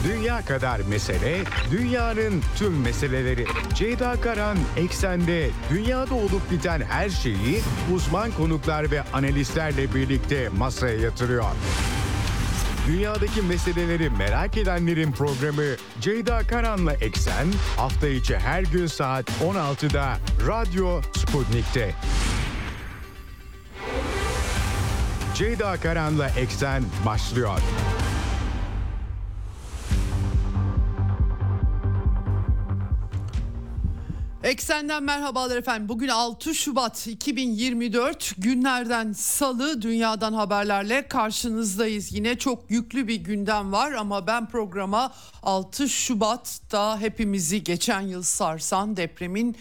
Dünya kadar mesele, dünyanın tüm meseleleri. Ceyda Karan Eksen'de dünyada olup biten her şeyi uzman konuklar ve analistlerle birlikte masaya yatırıyor. Dünyadaki meseleleri merak edenlerin programı Ceyda Karan'la Eksen hafta içi her gün saat 16'da Radyo Sputnik'te. Ceyda Karan'la Eksen başlıyor. Eksen'den merhabalar efendim. Bugün 6 Şubat 2024 günlerden salı, dünyadan haberlerle karşınızdayız. Yine çok yüklü bir gündem var ama ben programa 6 Şubat'ta hepimizi geçen yıl sarsan depremin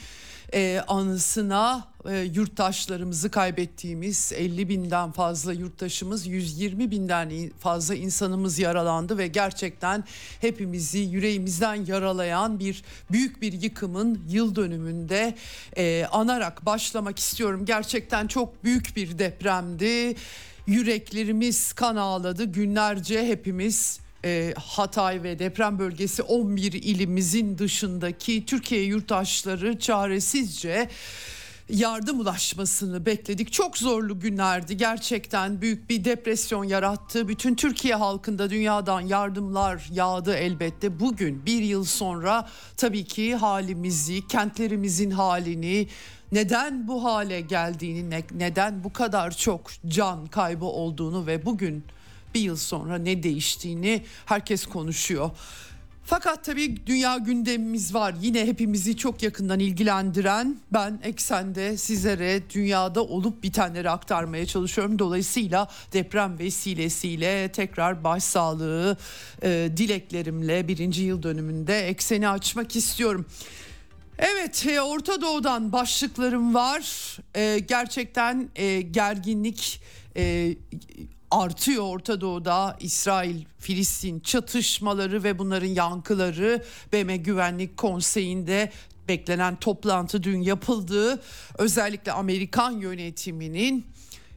anısına yurttaşlarımızı kaybettiğimiz 50 binden fazla yurttaşımız, 120 binden fazla insanımız yaralandı ve gerçekten hepimizi yüreğimizden yaralayan büyük bir yıkımın yıl dönümünde anarak başlamak istiyorum. Gerçekten çok büyük bir depremdi. Yüreklerimiz kan ağladı. Günlerce hepimiz Hatay ve deprem bölgesi 11 ilimizin dışındaki Türkiye yurttaşları çaresizce yardım ulaşmasını bekledik. Çok zorlu günlerdi. Gerçekten büyük bir depresyon yarattı. Bütün Türkiye halkında dünyadan yardımlar yağdı elbette. Bugün bir yıl sonra tabii ki halimizi, kentlerimizin halini, neden bu hale geldiğini, neden bu kadar çok can kaybı olduğunu ve bugün bir yıl sonra ne değiştiğini herkes konuşuyor. Fakat tabii dünya gündemimiz var. Yine hepimizi çok yakından ilgilendiren, ben Eksen'de sizlere dünyada olup bitenleri aktarmaya çalışıyorum. Dolayısıyla deprem vesilesiyle tekrar başsağlığı dileklerimle 1. yıl dönümünde Eksen'i açmak istiyorum. Evet, Orta Doğu'dan başlıklarım var. Gerçekten gerginlik artıyor Orta Doğu'da. İsrail-Filistin çatışmaları ve bunların yankıları. BM Güvenlik Konseyi'nde beklenen toplantı dün yapıldı. Özellikle Amerikan yönetiminin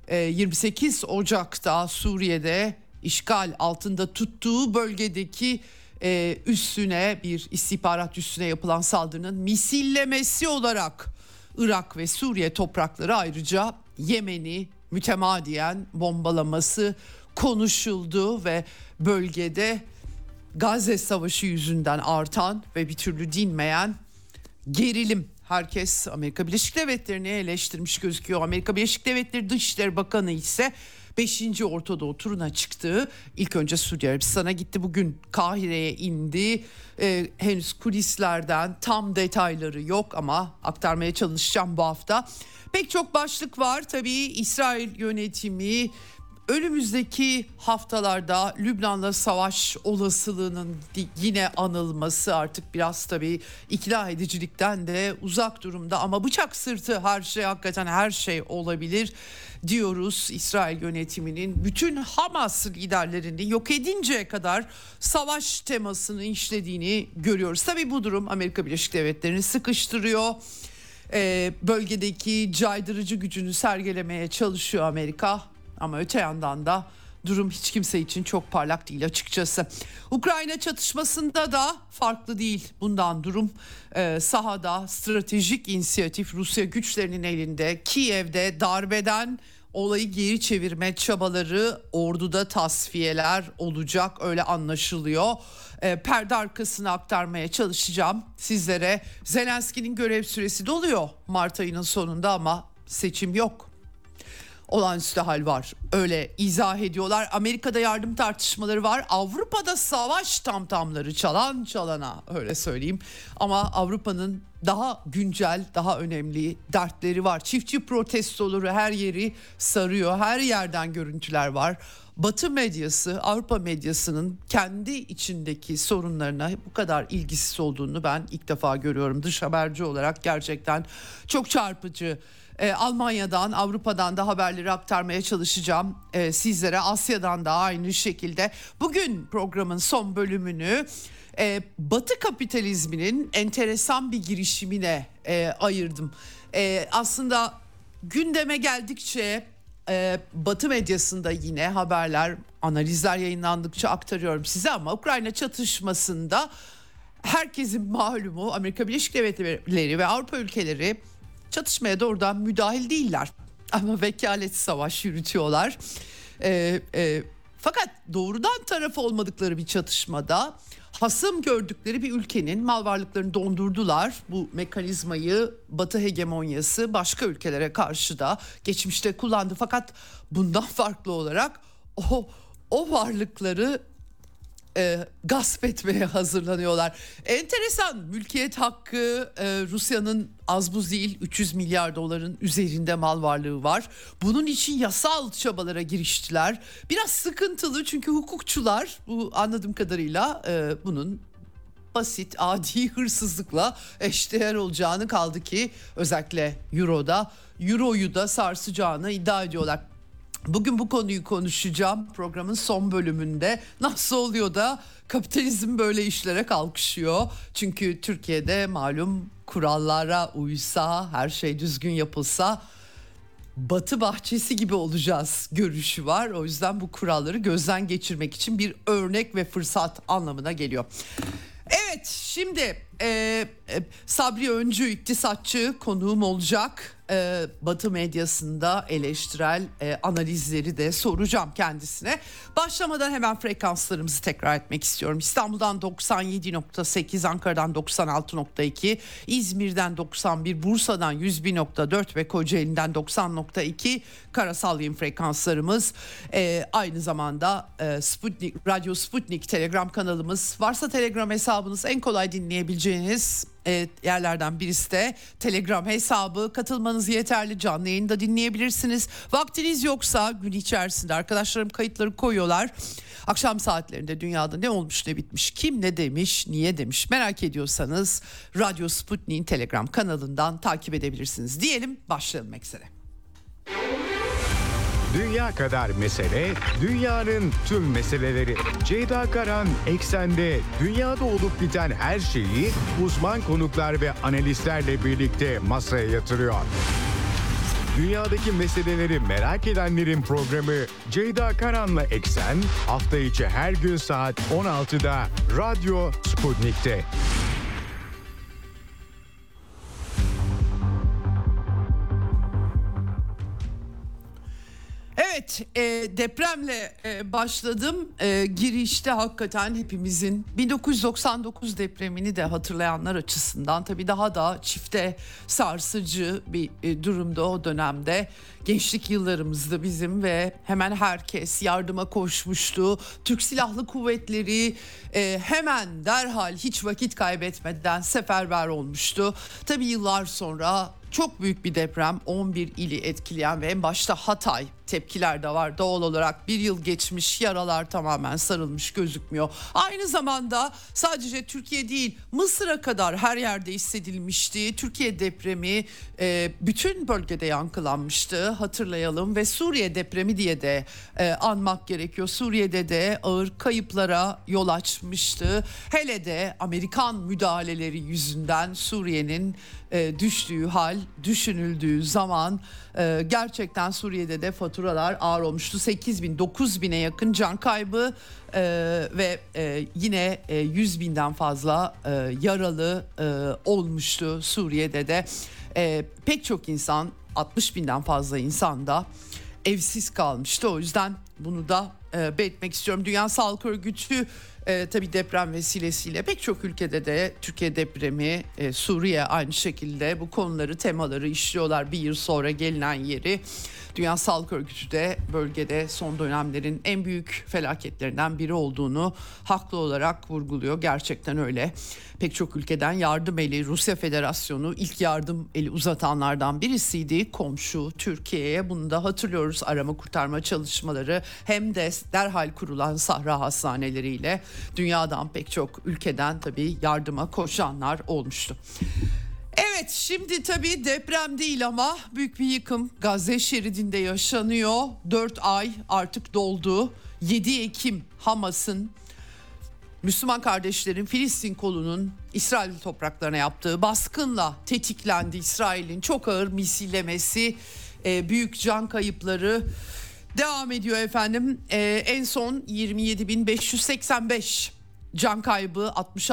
28 Ocak'ta Suriye'de işgal altında tuttuğu bölgedeki üssüne, bir istihbarat üssüne yapılan saldırının misillemesi olarak Irak ve Suriye toprakları, ayrıca Yemen'i mütemadiyen bombalaması konuşuldu ve bölgede Gazze Savaşı yüzünden artan ve bir türlü dinmeyen gerilim. Herkes Amerika Birleşik Devletleri'ni eleştirmiş gözüküyor. Amerika Birleşik Devletleri Dışişleri Bakanı ise 5. Orta Doğu turuna çıktı. İlk önce Suudi Arabistan'a gitti. Bugün Kahire'ye indi. Henüz kulislerden tam detayları yok ama aktarmaya çalışacağım bu hafta. Pek çok başlık var. Tabii İsrail yönetimi önümüzdeki haftalarda Lübnan'la savaş olasılığının yine anılması, artık biraz tabii ikna edicilikten de uzak durumda ama bıçak sırtı her şey, hakikaten her şey olabilir diyoruz. İsrail yönetiminin bütün Hamas liderlerini yok edinceye kadar savaş temasını işlediğini görüyoruz. Tabii bu durum Amerika Birleşik Devletleri'ni sıkıştırıyor. Bölgedeki caydırıcı gücünü sergilemeye çalışıyor Amerika. Ama öte yandan da durum hiç kimse için çok parlak değil açıkçası. Ukrayna çatışmasında da farklı değil bundan durum. Sahada stratejik inisiyatif Rusya güçlerinin elinde. Kiev'de darbeden olayı geri çevirme çabaları, orduda tasfiyeler olacak, öyle anlaşılıyor. Perde arkasını aktarmaya çalışacağım sizlere. Zelenski'nin görev süresi doluyor Mart ayının sonunda ama seçim yok. Olağanüstü hal var, öyle izah ediyorlar. Amerika'da yardım tartışmaları var. Avrupa'da savaş tamtamları çalan çalana, öyle söyleyeyim. Ama Avrupa'nın daha güncel, daha önemli dertleri var. Çiftçi protestoları her yeri sarıyor. Her yerden görüntüler var. Batı medyası, Avrupa medyasının kendi içindeki sorunlarına bu kadar ilgisiz olduğunu ben ilk defa görüyorum. Dış haberci olarak gerçekten çok çarpıcı. Almanya'dan, Avrupa'dan da haberleri aktarmaya çalışacağım sizlere. Asya'dan da aynı şekilde. Bugün programın son bölümünü Batı kapitalizminin enteresan bir girişimine ayırdım. Aslında gündeme geldikçe Batı medyasında yine haberler analizler yayınlandıkça aktarıyorum size ama Ukrayna çatışmasında herkesin malumu Amerika Birleşik Devletleri ve Avrupa ülkeleri çatışmaya doğrudan müdahil değiller. Ama vekalet savaş yürütüyorlar. Fakat doğrudan taraf olmadıkları bir çatışmada hasım gördükleri bir ülkenin mal varlıklarını dondurdular. Bu mekanizmayı Batı hegemonyası başka ülkelere karşı da geçmişte kullandı. Fakat bundan farklı olarak o varlıkları gasp etmeye hazırlanıyorlar. Enteresan, mülkiyet hakkı Rusya'nın az buz değil, 300 milyar doların üzerinde mal varlığı var. Bunun için yasal çabalara giriştiler. Biraz sıkıntılı çünkü hukukçular bu anladığım kadarıyla bunun basit adi hırsızlıkla eşdeğer olacağını, kaldı ki özellikle Euro'yu da sarsacağını iddia ediyorlar. Bugün bu konuyu konuşacağım programın son bölümünde. Nasıl oluyor da kapitalizm böyle işlere kalkışıyor? Çünkü Türkiye'de malum kurallara uysa, her şey düzgün yapılsa Batı bahçesi gibi olacağız görüşü var. O yüzden bu kuralları gözden geçirmek için bir örnek ve fırsat anlamına geliyor. Evet, şimdi Sabri Öncü iktisatçı konuğum olacak. Batı medyasında eleştirel analizleri de soracağım kendisine. Başlamadan hemen frekanslarımızı tekrar etmek istiyorum. İstanbul'dan 97.8, Ankara'dan 96.2, İzmir'den 91, Bursa'dan 101.4 ve Kocaeli'den 90.2 karasal yayın frekanslarımız. Aynı zamanda Radyo Sputnik Telegram kanalımız. Varsa Telegram hesabınız, en kolay dinleyebileceğiniz yerlerden birisi de Telegram hesabı. Katılmanız yeterli, canlı yayında dinleyebilirsiniz. Vaktiniz yoksa gün içerisinde arkadaşlarım kayıtları koyuyorlar. Akşam saatlerinde dünyada ne olmuş ne bitmiş, kim ne demiş, niye demiş merak ediyorsanız Radyo Sputnik'in Telegram kanalından takip edebilirsiniz diyelim, başlayalım eksere. Dünya kadar mesele, dünyanın tüm meseleleri. Ceyda Karan Eksen'de dünyada olup biten her şeyi uzman konuklar ve analistlerle birlikte masaya yatırıyor. Dünyadaki meseleleri merak edenlerin programı Ceyda Karan'la Eksen hafta içi her gün saat 16'da Radyo Sputnik'te. Evet, depremle başladım. Girişte hakikaten hepimizin 1999 depremini de hatırlayanlar açısından tabii daha da çifte sarsıcı bir durumda o dönemde. Gençlik yıllarımızda bizim ve hemen herkes yardıma koşmuştu. Türk Silahlı Kuvvetleri hemen derhal hiç vakit kaybetmeden seferber olmuştu. Tabii yıllar sonra çok büyük bir deprem, 11 ili etkileyen ve en başta Hatay, tepkiler de var doğal olarak. Bir yıl geçmiş, yaralar tamamen sarılmış gözükmüyor. Aynı zamanda sadece Türkiye değil, Mısır'a kadar her yerde hissedilmişti. Türkiye depremi bütün bölgede yankılanmıştı, hatırlayalım. Ve Suriye depremi diye de anmak gerekiyor. Suriye'de de ağır kayıplara yol açmıştı. Hele de Amerikan müdahaleleri yüzünden Suriye'nin düştüğü hal düşünüldüğü zaman gerçekten Suriye'de de faturalar ağır olmuştu. 8.000-9.000'e yakın can kaybı ve yine 100.000'den fazla yaralı olmuştu Suriye'de de. Pek çok insan, 60.000'den fazla insan da evsiz kalmıştı. O yüzden bunu da belirtmek istiyorum. Dünya Sağlık Örgütü tabii deprem vesilesiyle pek çok ülkede de Türkiye depremi, Suriye aynı şekilde bu konuları, temaları işliyorlar. Bir yıl sonra gelinen yeri. Dünya Sağlık Örgütü de bölgede son dönemlerin en büyük felaketlerinden biri olduğunu haklı olarak vurguluyor. Gerçekten öyle. Pek çok ülkeden yardım eli, Rusya Federasyonu ilk yardım eli uzatanlardan birisiydi. Komşu Türkiye'ye, bunu da hatırlıyoruz, arama kurtarma çalışmaları hem de derhal kurulan Sahra hastaneleriyle dünyadan pek çok ülkeden tabii yardıma koşanlar olmuştu. Evet, şimdi tabii deprem değil ama büyük bir yıkım Gazze şeridinde yaşanıyor. 4 ay artık doldu. 7 Ekim Hamas'ın, Müslüman kardeşlerin Filistin kolunun İsrail topraklarına yaptığı baskınla tetiklendi. İsrail'in çok ağır misillemesi, büyük can kayıpları Devam ediyor efendim. En son 27.585 can kaybı,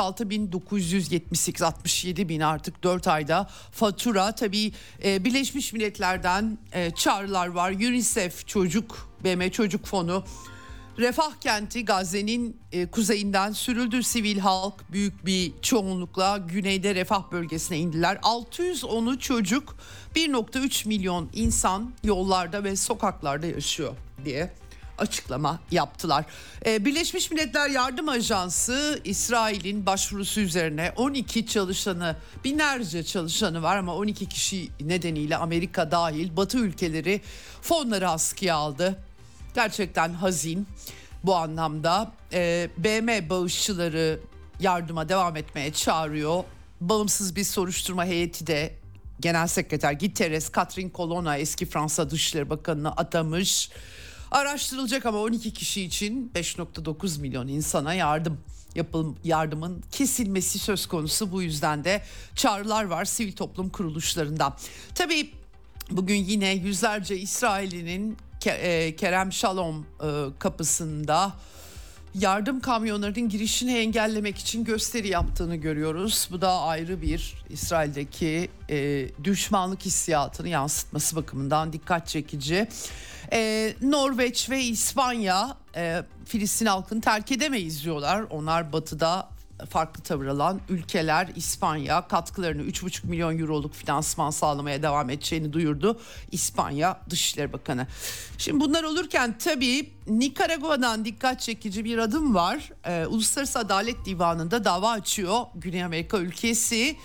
66.978, 67.000 artık 4 ayda fatura. Tabii Birleşmiş Milletler'den çağrılar var. UNICEF Çocuk, BM Çocuk Fonu, Refah Kenti Gazze'nin kuzeyinden sürüldü. Sivil halk büyük bir çoğunlukla güneyde Refah bölgesine indiler. 610'u çocuk, 1.3 milyon insan yollarda ve sokaklarda yaşıyor diye açıklama yaptılar. Birleşmiş Milletler Yardım Ajansı İsrail'in başvurusu üzerine 12 çalışanı, binlerce çalışanı var ama 12 kişi nedeniyle Amerika dahil Batı ülkeleri fonları askıya aldı. Gerçekten hazin bu anlamda. BM bağışçıları yardıma devam etmeye çağırıyor. Bağımsız bir soruşturma heyeti de Genel Sekreter Guterres, Catherine Colonna eski Fransa Dışişleri Bakanı'nı atamış. Araştırılacak ama 12 kişi için 5.9 milyon insana yardımın kesilmesi söz konusu. Bu yüzden de çağrılar var sivil toplum kuruluşlarından. Tabii bugün yine yüzlerce İsrail'in Kerem Shalom kapısında yardım kamyonlarının girişini engellemek için gösteri yaptığını görüyoruz. Bu da ayrı bir İsrail'deki düşmanlık hissiyatını yansıtması bakımından dikkat çekici. Norveç ve İspanya Filistin halkını terk edemeyiz diyorlar. Onlar batıda farklı tavır alan ülkeler. İspanya katkılarını 3,5 milyon euroluk finansman sağlamaya devam edeceğini duyurdu İspanya Dışişleri Bakanı. Şimdi bunlar olurken tabii Nikaragua'dan dikkat çekici bir adım var. Uluslararası Adalet Divanı'nda dava açıyor Güney Amerika ülkesi.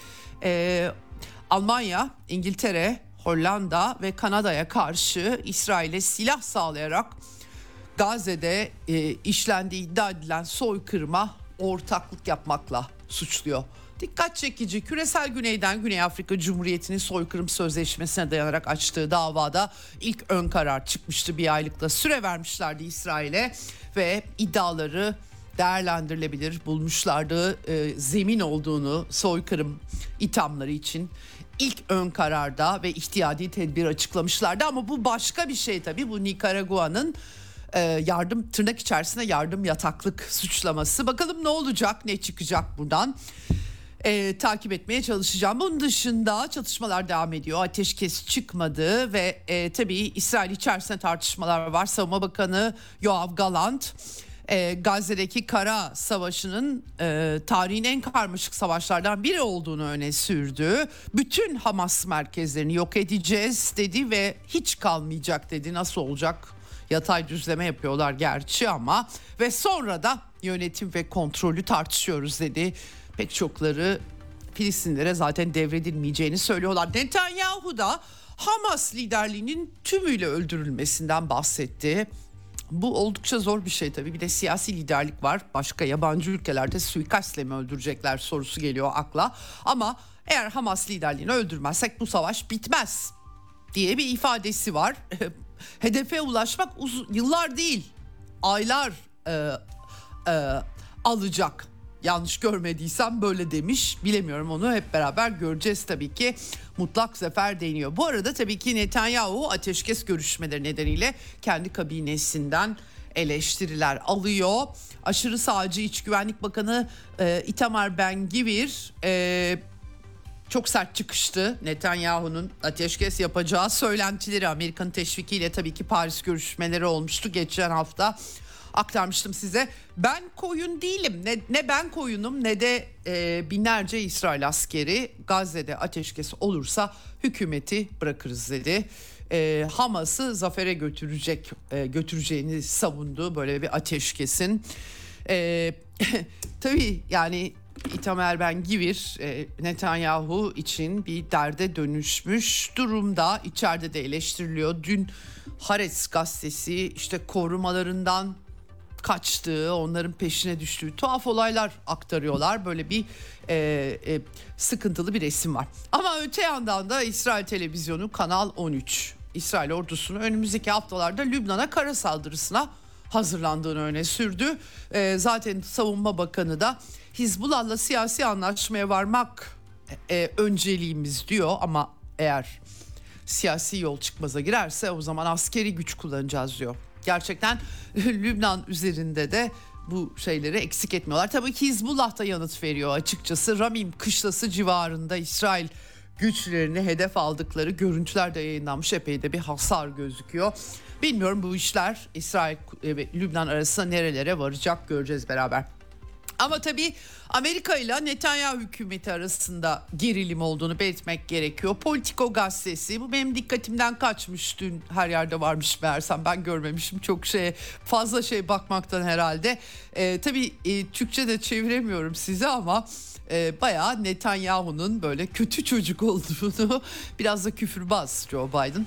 Almanya, İngiltere, Hollanda ve Kanada'ya karşı İsrail'e silah sağlayarak Gazze'de işlendiği iddia edilen soykırıma ortaklık yapmakla suçluyor. Dikkat çekici, küresel güneyden Güney Afrika Cumhuriyeti'nin soykırım sözleşmesine dayanarak açtığı davada ilk ön karar çıkmıştı. Bir aylıkta süre vermişlerdi İsrail'e ve iddiaları değerlendirilebilir bulmuşlardı. Zemin olduğunu soykırım ithamları için ilk ön kararda ve ihtiyadi tedbir açıklamışlardı. Ama bu başka bir şey tabii, bu Nikaragua'nın yardım, tırnak içerisinde yardım yataklık suçlaması. Bakalım ne olacak, ne çıkacak buradan, takip etmeye çalışacağım. Bunun dışında çatışmalar devam ediyor. Ateşkes çıkmadı ve tabii İsrail içerisinde tartışmalar var. Savunma Bakanı Yoav Gallant Gazze'deki Kara Savaşı'nın tarihin en karmaşık savaşlardan biri olduğunu öne sürdü. Bütün Hamas merkezlerini yok edeceğiz dedi ve hiç kalmayacak dedi. Nasıl olacak? Yatay düzleme yapıyorlar gerçi ama, ve sonra da yönetim ve kontrolü tartışıyoruz dedi. Pek çokları Filistinlere zaten devredilmeyeceğini söylüyorlar. Netanyahu da Hamas liderliğinin tümüyle öldürülmesinden bahsetti. Bu oldukça zor bir şey tabii. Bir de siyasi liderlik var. Başka yabancı ülkelerde suikastle mi öldürecekler sorusu geliyor akla. Ama eğer Hamas liderliğini öldürmezsek bu savaş bitmez diye bir ifadesi var. Hedefe ulaşmak yıllar değil, aylar alacak. Yanlış görmediysem böyle demiş. Bilemiyorum, onu hep beraber göreceğiz tabii ki. Mutlak zafer deniyor. Bu arada tabii ki Netanyahu ateşkes görüşmeleri nedeniyle kendi kabinesinden eleştiriler alıyor. Aşırı sağcı İç Güvenlik Bakanı Itamar Ben-Gvir çok sert çıkıştı. Netanyahu'nun ateşkes yapacağı söylentileri, Amerika'nın teşvikiyle tabii ki Paris görüşmeleri olmuştu geçen hafta. Aktarmıştım size. Ben koyun değilim. Ne ben koyunum ne de binlerce İsrail askeri. Gazze'de ateşkes olursa hükümeti bırakırız dedi. Hamas'ı zafere götüreceğini savundu böyle bir ateşkesin. Tabii yani Itamar Ben-Gvir Netanyahu için bir derde dönüşmüş durumda. İçeride de eleştiriliyor. Dün Haaretz gazetesi işte korumalarından kaçtığı, onların peşine düştüğü tuhaf olaylar aktarıyorlar. Böyle bir sıkıntılı bir resim var. Ama öte yandan da İsrail televizyonu Kanal 13, İsrail ordusunu önümüzdeki haftalarda Lübnan'a kara saldırısına hazırlandığını öne sürdü. Zaten Savunma Bakanı da Hizbullah'la siyasi anlaşmaya varmak önceliğimiz diyor, ama eğer siyasi yol çıkmaza girerse o zaman askeri güç kullanacağız diyor. Gerçekten Lübnan üzerinde de bu şeyleri eksik etmiyorlar. Tabii ki Hizbullah da yanıt veriyor açıkçası. Ramim kışlası civarında İsrail güçlerini hedef aldıkları görüntüler de yayınlanmış. Epey de bir hasar gözüküyor. Bilmiyorum bu işler İsrail ve Lübnan arasında nerelere varacak, göreceğiz beraber. Ama tabii Amerika ile Netanyahu hükümeti arasında gerilim olduğunu belirtmek gerekiyor. Politico gazetesi, bu benim dikkatimden kaçmış, dün her yerde varmış meğersem, ben görmemişim, çok fazla bakmaktan herhalde. Tabii Türkçe de çeviremiyorum size ama bayağı Netanyahu'nun böyle kötü çocuk olduğunu, biraz da küfürbaz Joe Biden,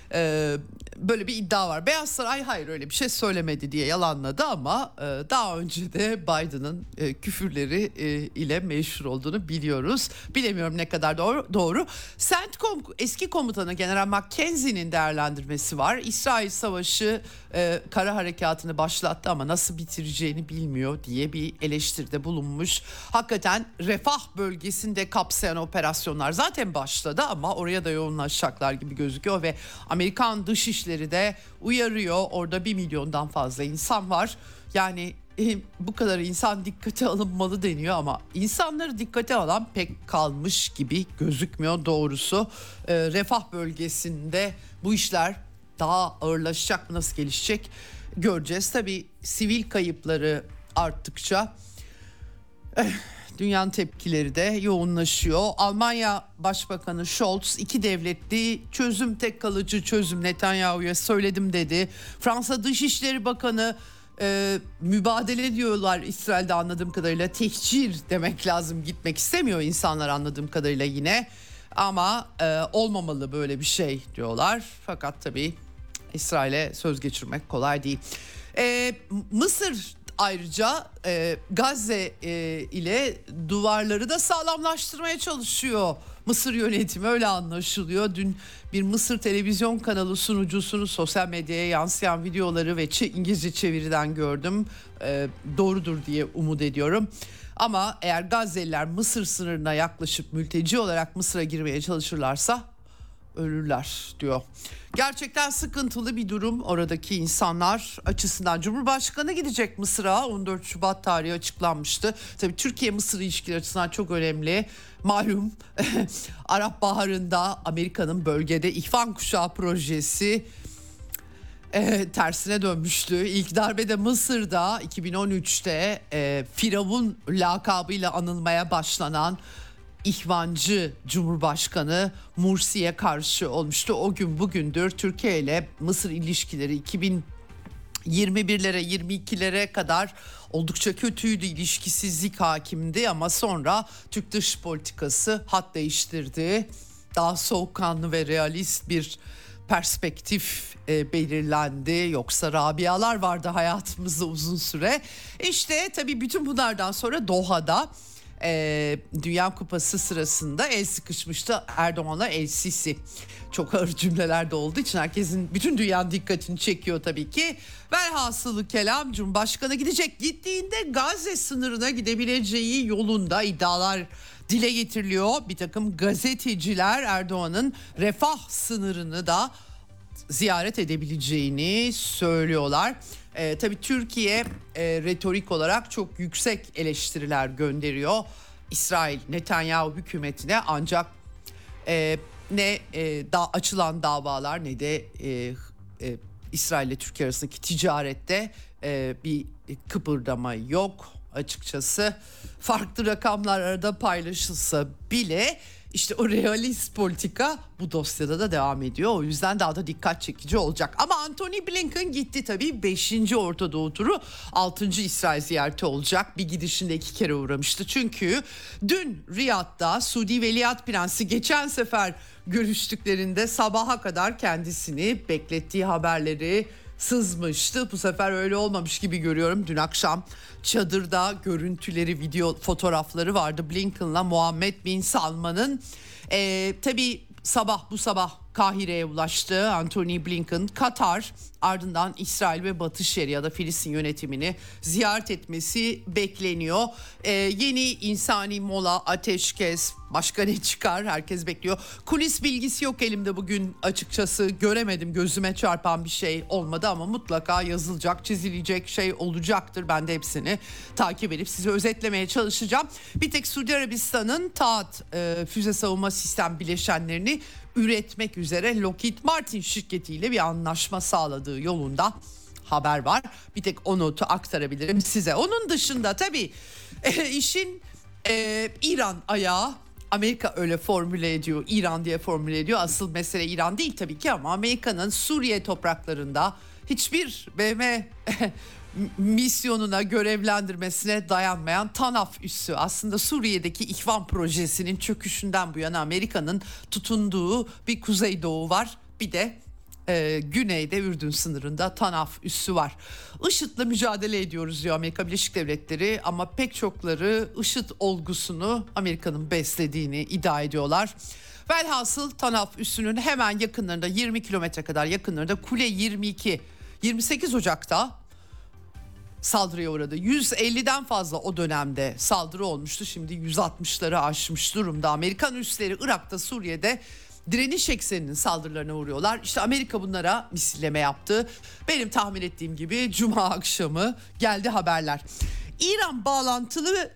böyle bir iddia var. Beyaz Saray hayır öyle bir şey söylemedi diye yalanladı ama daha önce de Biden'ın küfürleri ile meşhur olduğunu biliyoruz. Bilemiyorum ne kadar doğru. CENTCOM eski komutanı General McKenzie'nin değerlendirmesi var. İsrail savaşı kara harekatını başlattı ama nasıl bitireceğini bilmiyor diye bir eleştiride bulunmuş. Hakikaten Refah bölgesinde kapsayan operasyonlar zaten başladı ama oraya da yoğunlaşacaklar gibi gözüküyor ve Amerikan Dışişleri de uyarıyor. Orada 1 milyondan fazla insan var. Yani bu kadar insan dikkate alınmalı deniyor ama insanları dikkate alan pek kalmış gibi gözükmüyor doğrusu. Refah bölgesinde bu işler daha ağırlaşacak mı, nasıl gelişecek göreceğiz. Tabii sivil kayıpları arttıkça dünyanın tepkileri de yoğunlaşıyor. Almanya Başbakanı Scholz 2 devletli çözüm tek kalıcı çözüm Netanyahu'ya söyledim dedi. Fransa Dışişleri Bakanı mübadele diyorlar İsrail'de anladığım kadarıyla, tehcir demek lazım, gitmek istemiyor insanlar anladığım kadarıyla yine. Ama olmamalı böyle bir şey diyorlar. Fakat tabii İsrail'e söz geçirmek kolay değil. Mısır ayrıca Gazze ile duvarları da sağlamlaştırmaya çalışıyor. Mısır yönetimi, öyle anlaşılıyor. Dün bir Mısır televizyon kanalı sunucusunun sosyal medyaya yansıyan videoları ve İngilizce çeviriden gördüm. Doğrudur diye umut ediyorum. Ama eğer Gazze'liler Mısır sınırına yaklaşıp mülteci olarak Mısır'a girmeye çalışırlarsa ölürler diyor. Gerçekten sıkıntılı bir durum oradaki insanlar açısından. Cumhurbaşkanı gidecek Mısır'a, 14 Şubat tarihi açıklanmıştı. Tabii Türkiye-Mısır ilişkileri açısından çok önemli. Malum Arap Baharı'nda Amerika'nın bölgede İhvan Kuşağı projesi tersine dönmüştü. İlk darbede Mısır'da 2013'te Firavun lakabıyla anılmaya başlanan İhvancı Cumhurbaşkanı Mursi'ye karşı olmuştu. O gün bugündür Türkiye ile Mısır ilişkileri 2021'lere 22'lere kadar oldukça kötüydü, ilişkisizlik hakimdi ama sonra Türk dış politikası hat değiştirdi. Daha soğukkanlı ve realist bir perspektif belirlendi. Yoksa Rabialar vardı hayatımızda uzun süre. İşte tabii bütün bunlardan sonra Doha'da Dünya Kupası sırasında el sıkışmıştı Erdoğan'la El Sisi. Çok ağır cümleler de olduğu için herkesin, bütün dünyanın dikkatini çekiyor tabii ki. Velhasılı kelam Cumhurbaşkanı gidecek. Gittiğinde Gazze sınırına gidebileceği yolunda iddialar dile getiriliyor. Bir takım gazeteciler Erdoğan'ın Refah sınırını da ziyaret edebileceğini söylüyorlar. Tabii Türkiye retorik olarak çok yüksek eleştiriler gönderiyor İsrail Netanyahu hükümetine, ancak açılan davalar ne de İsrail ile Türkiye arasındaki ticarette bir kıpırdama yok açıkçası. Farklı rakamlar arada paylaşılsa bile işte o realist politika bu dosyada da devam ediyor. O yüzden daha da dikkat çekici olacak. Ama Antony Blinken gitti tabii. 5. Orta Doğu turu, 6. İsrail ziyareti olacak. Bir gidişinde 2 kere uğramıştı. Çünkü dün Riyad'da Suudi Veliaht Prensi geçen sefer görüştüklerinde sabaha kadar kendisini beklettiği haberleri sızmıştı. Bu sefer öyle olmamış gibi görüyorum. Dün akşam çadırda görüntüleri, video fotoğrafları vardı Blinken'la Muhammed Bin Salman'ın. Tabii bu sabah Kahire'ye ulaştı. Anthony Blinken, Katar, ardından İsrail ve Batı Şeria'da Filistin yönetimini ziyaret etmesi bekleniyor. Yeni insani mola, ateşkes, başka ne çıkar herkes bekliyor. Kulis bilgisi yok elimde bugün, açıkçası göremedim, gözüme çarpan bir şey olmadı ama mutlaka yazılacak, çizilecek şey olacaktır. Ben de hepsini takip edip size özetlemeye çalışacağım. Bir tek Suudi Arabistan'ın Taat füze savunma sistem bileşenlerini üretmek üzere Lockheed Martin şirketiyle bir anlaşma sağladığı yolunda haber var. Bir tek o notu aktarabilirim size. Onun dışında tabii işin İran ayağı, Amerika öyle formüle ediyor, İran diye formüle ediyor. Asıl mesele İran değil tabii ki ama Amerika'nın Suriye topraklarında hiçbir BM misyonuna, görevlendirmesine dayanmayan TANAF üssü, aslında Suriye'deki İhvan projesinin çöküşünden bu yana Amerika'nın tutunduğu bir Kuzeydoğu var. Bir de güneyde Ürdün sınırında TANAF üssü var. IŞİD'le mücadele ediyoruz diyor Amerika Birleşik Devletleri ama pek çokları IŞİD olgusunu Amerika'nın beslediğini iddia ediyorlar. Velhasıl TANAF üssünün hemen yakınlarında, 20 kilometre kadar yakınlarında Kule 22, 28 Ocak'ta saldırıya uğradı. 150'den fazla o dönemde saldırı olmuştu. Şimdi 160'ları aşmış durumda. Amerikan üsleri Irak'ta, Suriye'de direniş ekseninin saldırılarına uğruyorlar. İşte Amerika bunlara misilleme yaptı. Benim tahmin ettiğim gibi Cuma akşamı geldi haberler. İran bağlantılı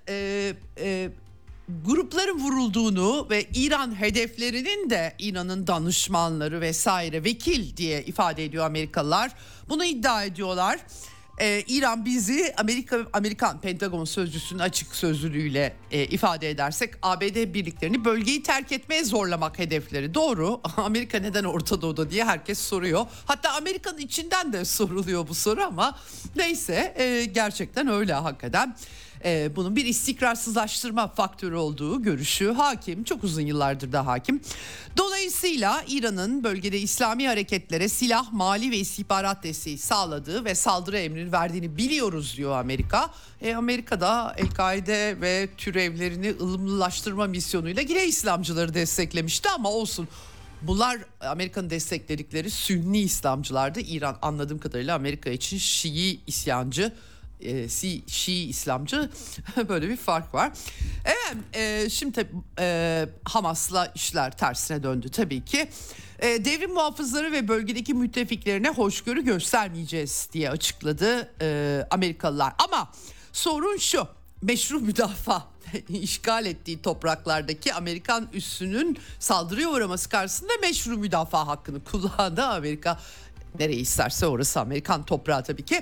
grupların vurulduğunu ve İran hedeflerinin de İran'ın danışmanları vesaire vekil diye ifade ediyor Amerikalılar. Bunu iddia ediyorlar. İran bizi Amerikan Pentagon sözcüsünün açık sözlülüğüyle ifade edersek ABD birliklerini bölgeyi terk etmeye zorlamak hedefleri. Doğru. Amerika neden Orta Doğu'da diye herkes soruyor. Hatta Amerika'nın içinden de soruluyor bu soru ama neyse, gerçekten öyle hakikaten. Bunun bir istikrarsızlaştırma faktörü olduğu görüşü hakim. Çok uzun yıllardır da hakim. Dolayısıyla İran'ın bölgede İslami hareketlere silah, mali ve istihbarat desteği sağladığı ve saldırı emrini verdiğini biliyoruz diyor Amerika. Amerika da El-Kaide ve türevlerini ılımlılaştırma misyonuyla yine İslamcıları desteklemişti ama olsun. Bunlar Amerika'nın destekledikleri Sünni İslamcılardı. İran anladığım kadarıyla Amerika için Şii isyancı, Şii İslamcı böyle bir fark var. Evet, şimdi Hamas'la işler tersine döndü tabii ki. Devrim muhafızları ve bölgedeki müttefiklerine hoşgörü göstermeyeceğiz diye açıkladı Amerikalılar. Ama sorun şu: meşru müdafaa, işgal ettiği topraklardaki Amerikan üssünün saldırıya uğraması karşısında meşru müdafaa hakkını kullandı Amerika. Nereye isterse orası Amerikan toprağı tabii ki.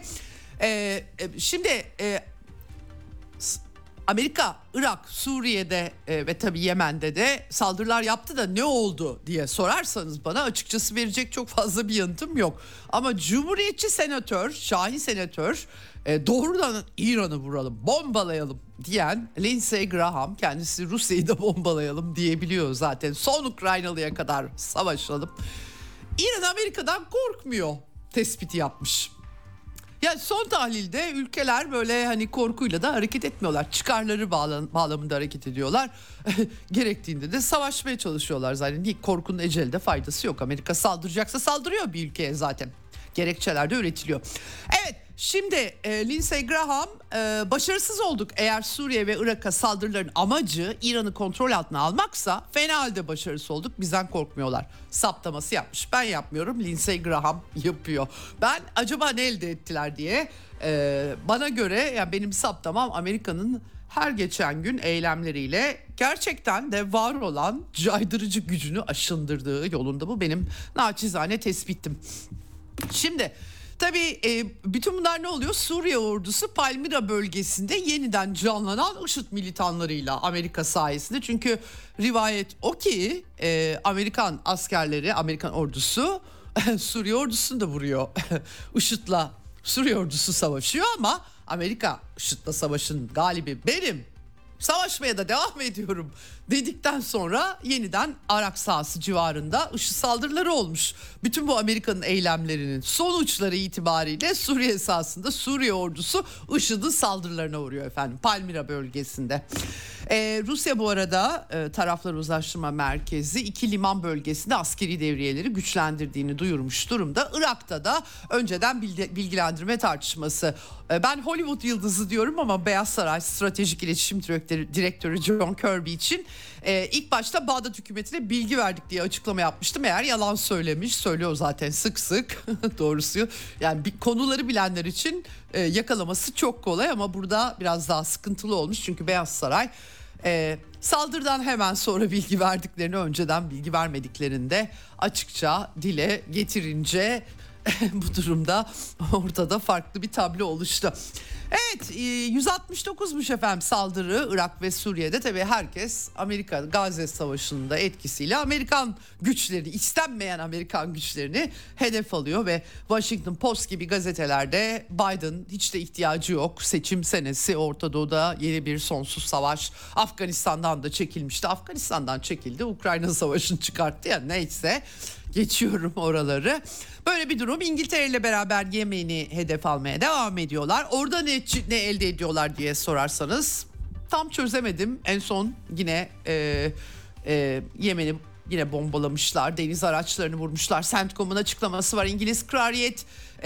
Şimdi Amerika, Irak, Suriye'de ve tabii Yemen'de de saldırılar yaptı da ne oldu diye sorarsanız bana açıkçası verecek çok fazla bir yanıtım yok. Ama Cumhuriyetçi senatör, Şahin senatör, doğrudan İran'ı vuralım, bombalayalım diyen Lindsey Graham, kendisi Rusya'yı da bombalayalım diyebiliyor zaten. Son Ukraynalı'ya kadar savaşalım. İran Amerika'dan korkmuyor tespiti yapmış. Ya son tahlilde ülkeler böyle hani korkuyla da hareket etmiyorlar. Çıkarları bağlamında hareket ediyorlar. Gerektiğinde de savaşmaya çalışıyorlar zaten. Korkunun ecelde faydası yok. Amerika saldıracaksa saldırıyor bir ülkeye zaten. Gerekçeler de üretiliyor. Evet, şimdi Lindsey Graham, başarısız olduk. Eğer Suriye ve Irak'a saldırıların amacı İran'ı kontrol altına almaksa fena halde başarısız olduk. Bizden korkmuyorlar saptaması yapmış. Ben yapmıyorum, Lindsey Graham yapıyor. Ben acaba ne elde ettiler diye, bana göre yani benim saptamam Amerika'nın her geçen gün eylemleriyle gerçekten de var olan caydırıcı gücünü aşındırdığı yolunda. Bu benim naçizane tespitim. Şimdi tabii bütün bunlar ne oluyor? Suriye ordusu Palmira bölgesinde yeniden canlanan IŞİD militanlarıyla Amerika sayesinde. Çünkü rivayet o ki Amerikan askerleri, Amerikan ordusu Suriye ordusunu da vuruyor. IŞİD'le Suriye ordusu savaşıyor ama Amerika IŞİD'le savaşın galibi benim Savaşmaya da devam ediyorum dedikten sonra yeniden Arak sahası civarında IŞİD saldırıları olmuş. Bütün bu Amerika'nın eylemlerinin sonuçları itibariyle Suriye sahasında Suriye ordusu IŞİD'in saldırılarına uğruyor efendim, Palmira bölgesinde. Rusya bu arada Tarafları Uzlaştırma Merkezi 2 liman bölgesinde askeri devriyeleri güçlendirdiğini duyurmuş durumda. Irak'ta da önceden bilgilendirme tartışması. Ben Hollywood yıldızı diyorum ama Beyaz Saray Stratejik İletişim Direktörü John Kirby için ilk başta Bağdat hükümetine bilgi verdik diye açıklama yapmıştım. Eğer yalan söylemiş, söylüyor zaten sık sık doğrusu. Yani konuları bilenler için yakalaması çok kolay ama burada biraz daha sıkıntılı olmuş. Çünkü Beyaz Saray saldırıdan hemen sonra bilgi verdiklerini, önceden bilgi vermediklerini de açıkça dile getirince bu durumda ortada farklı bir tablo oluştu. Evet, 169'muş efendim saldırı Irak ve Suriye'de. Tabii herkes Amerika Gazze Savaşı'nın da etkisiyle Amerikan güçlerini, istenmeyen Amerikan güçlerini hedef alıyor ve Washington Post gibi gazetelerde Biden hiç de ihtiyacı yok, seçim senesi, Orta Doğu'da yeni bir sonsuz savaş, Afganistan'dan da çekilmişti, Afganistan'dan çekildi, Ukrayna Savaşı'nı çıkarttı ya, neyse geçiyorum oraları. Böyle bir durum. İngiltere ile beraber Yemen'i hedef almaya devam ediyorlar. Orada ne elde ediyorlar diye sorarsanız tam çözemedim. En son yine Yemen'i yine bombalamışlar. Deniz araçlarını vurmuşlar. CENTCOM'un açıklaması var. İngiliz Kraliyet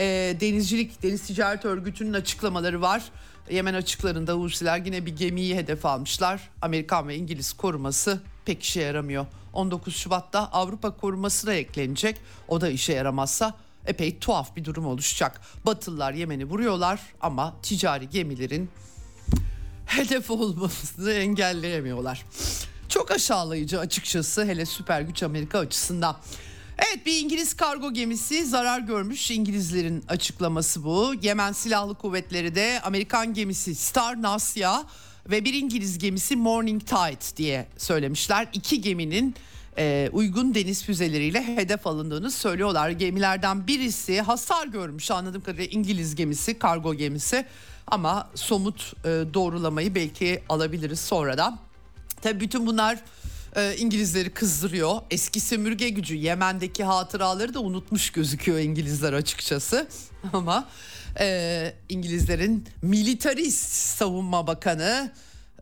Deniz Ticaret Örgütü'nün açıklamaları var. Yemen açıklarında Husiler yine bir gemiyi hedef almışlar. Amerikan ve İngiliz koruması pek işe yaramıyor. 19 Şubat'ta Avrupa koruması da eklenecek. O da işe yaramazsa epey tuhaf bir durum oluşacak. Batılılar Yemen'i vuruyorlar ama ticari gemilerin hedef olmasını engelleyemiyorlar. Çok aşağılayıcı açıkçası, hele süper güç Amerika açısından. Evet, bir İngiliz kargo gemisi zarar görmüş, İngilizlerin açıklaması bu. Yemen Silahlı Kuvvetleri de Amerikan gemisi Star Nasya ve bir İngiliz gemisi Morning Tide diye söylemişler. İki geminin uygun deniz füzeleriyle hedef alındığını söylüyorlar. Gemilerden birisi hasar görmüş anladığım kadarıyla, İngiliz gemisi, kargo gemisi, ama somut doğrulamayı belki alabiliriz sonradan. Tabii bütün bunlar İngilizleri kızdırıyor. Eski sömürge gücü, Yemen'deki hatıraları da unutmuş gözüküyor İngilizler açıkçası. Ama İngilizlerin militarist savunma bakanı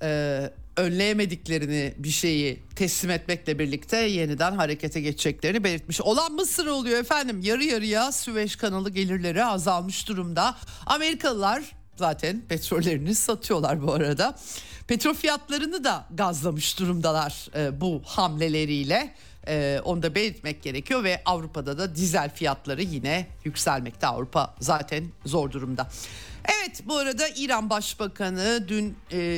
önleyemediklerini, bir şeyi teslim etmekle birlikte yeniden harekete geçeceklerini belirtmiş. Olan Mısır oluyor efendim. Yarı yarıya Süveyş kanalı gelirleri azalmış durumda. Amerikalılar zaten petrollerini satıyorlar bu arada. Petrol fiyatlarını da gazlamış durumdalar bu hamleleriyle. Onu da belirtmek gerekiyor ve Avrupa'da da dizel fiyatları yine yükselmekte. Avrupa zaten zor durumda. Evet, bu arada İran Başbakanı dün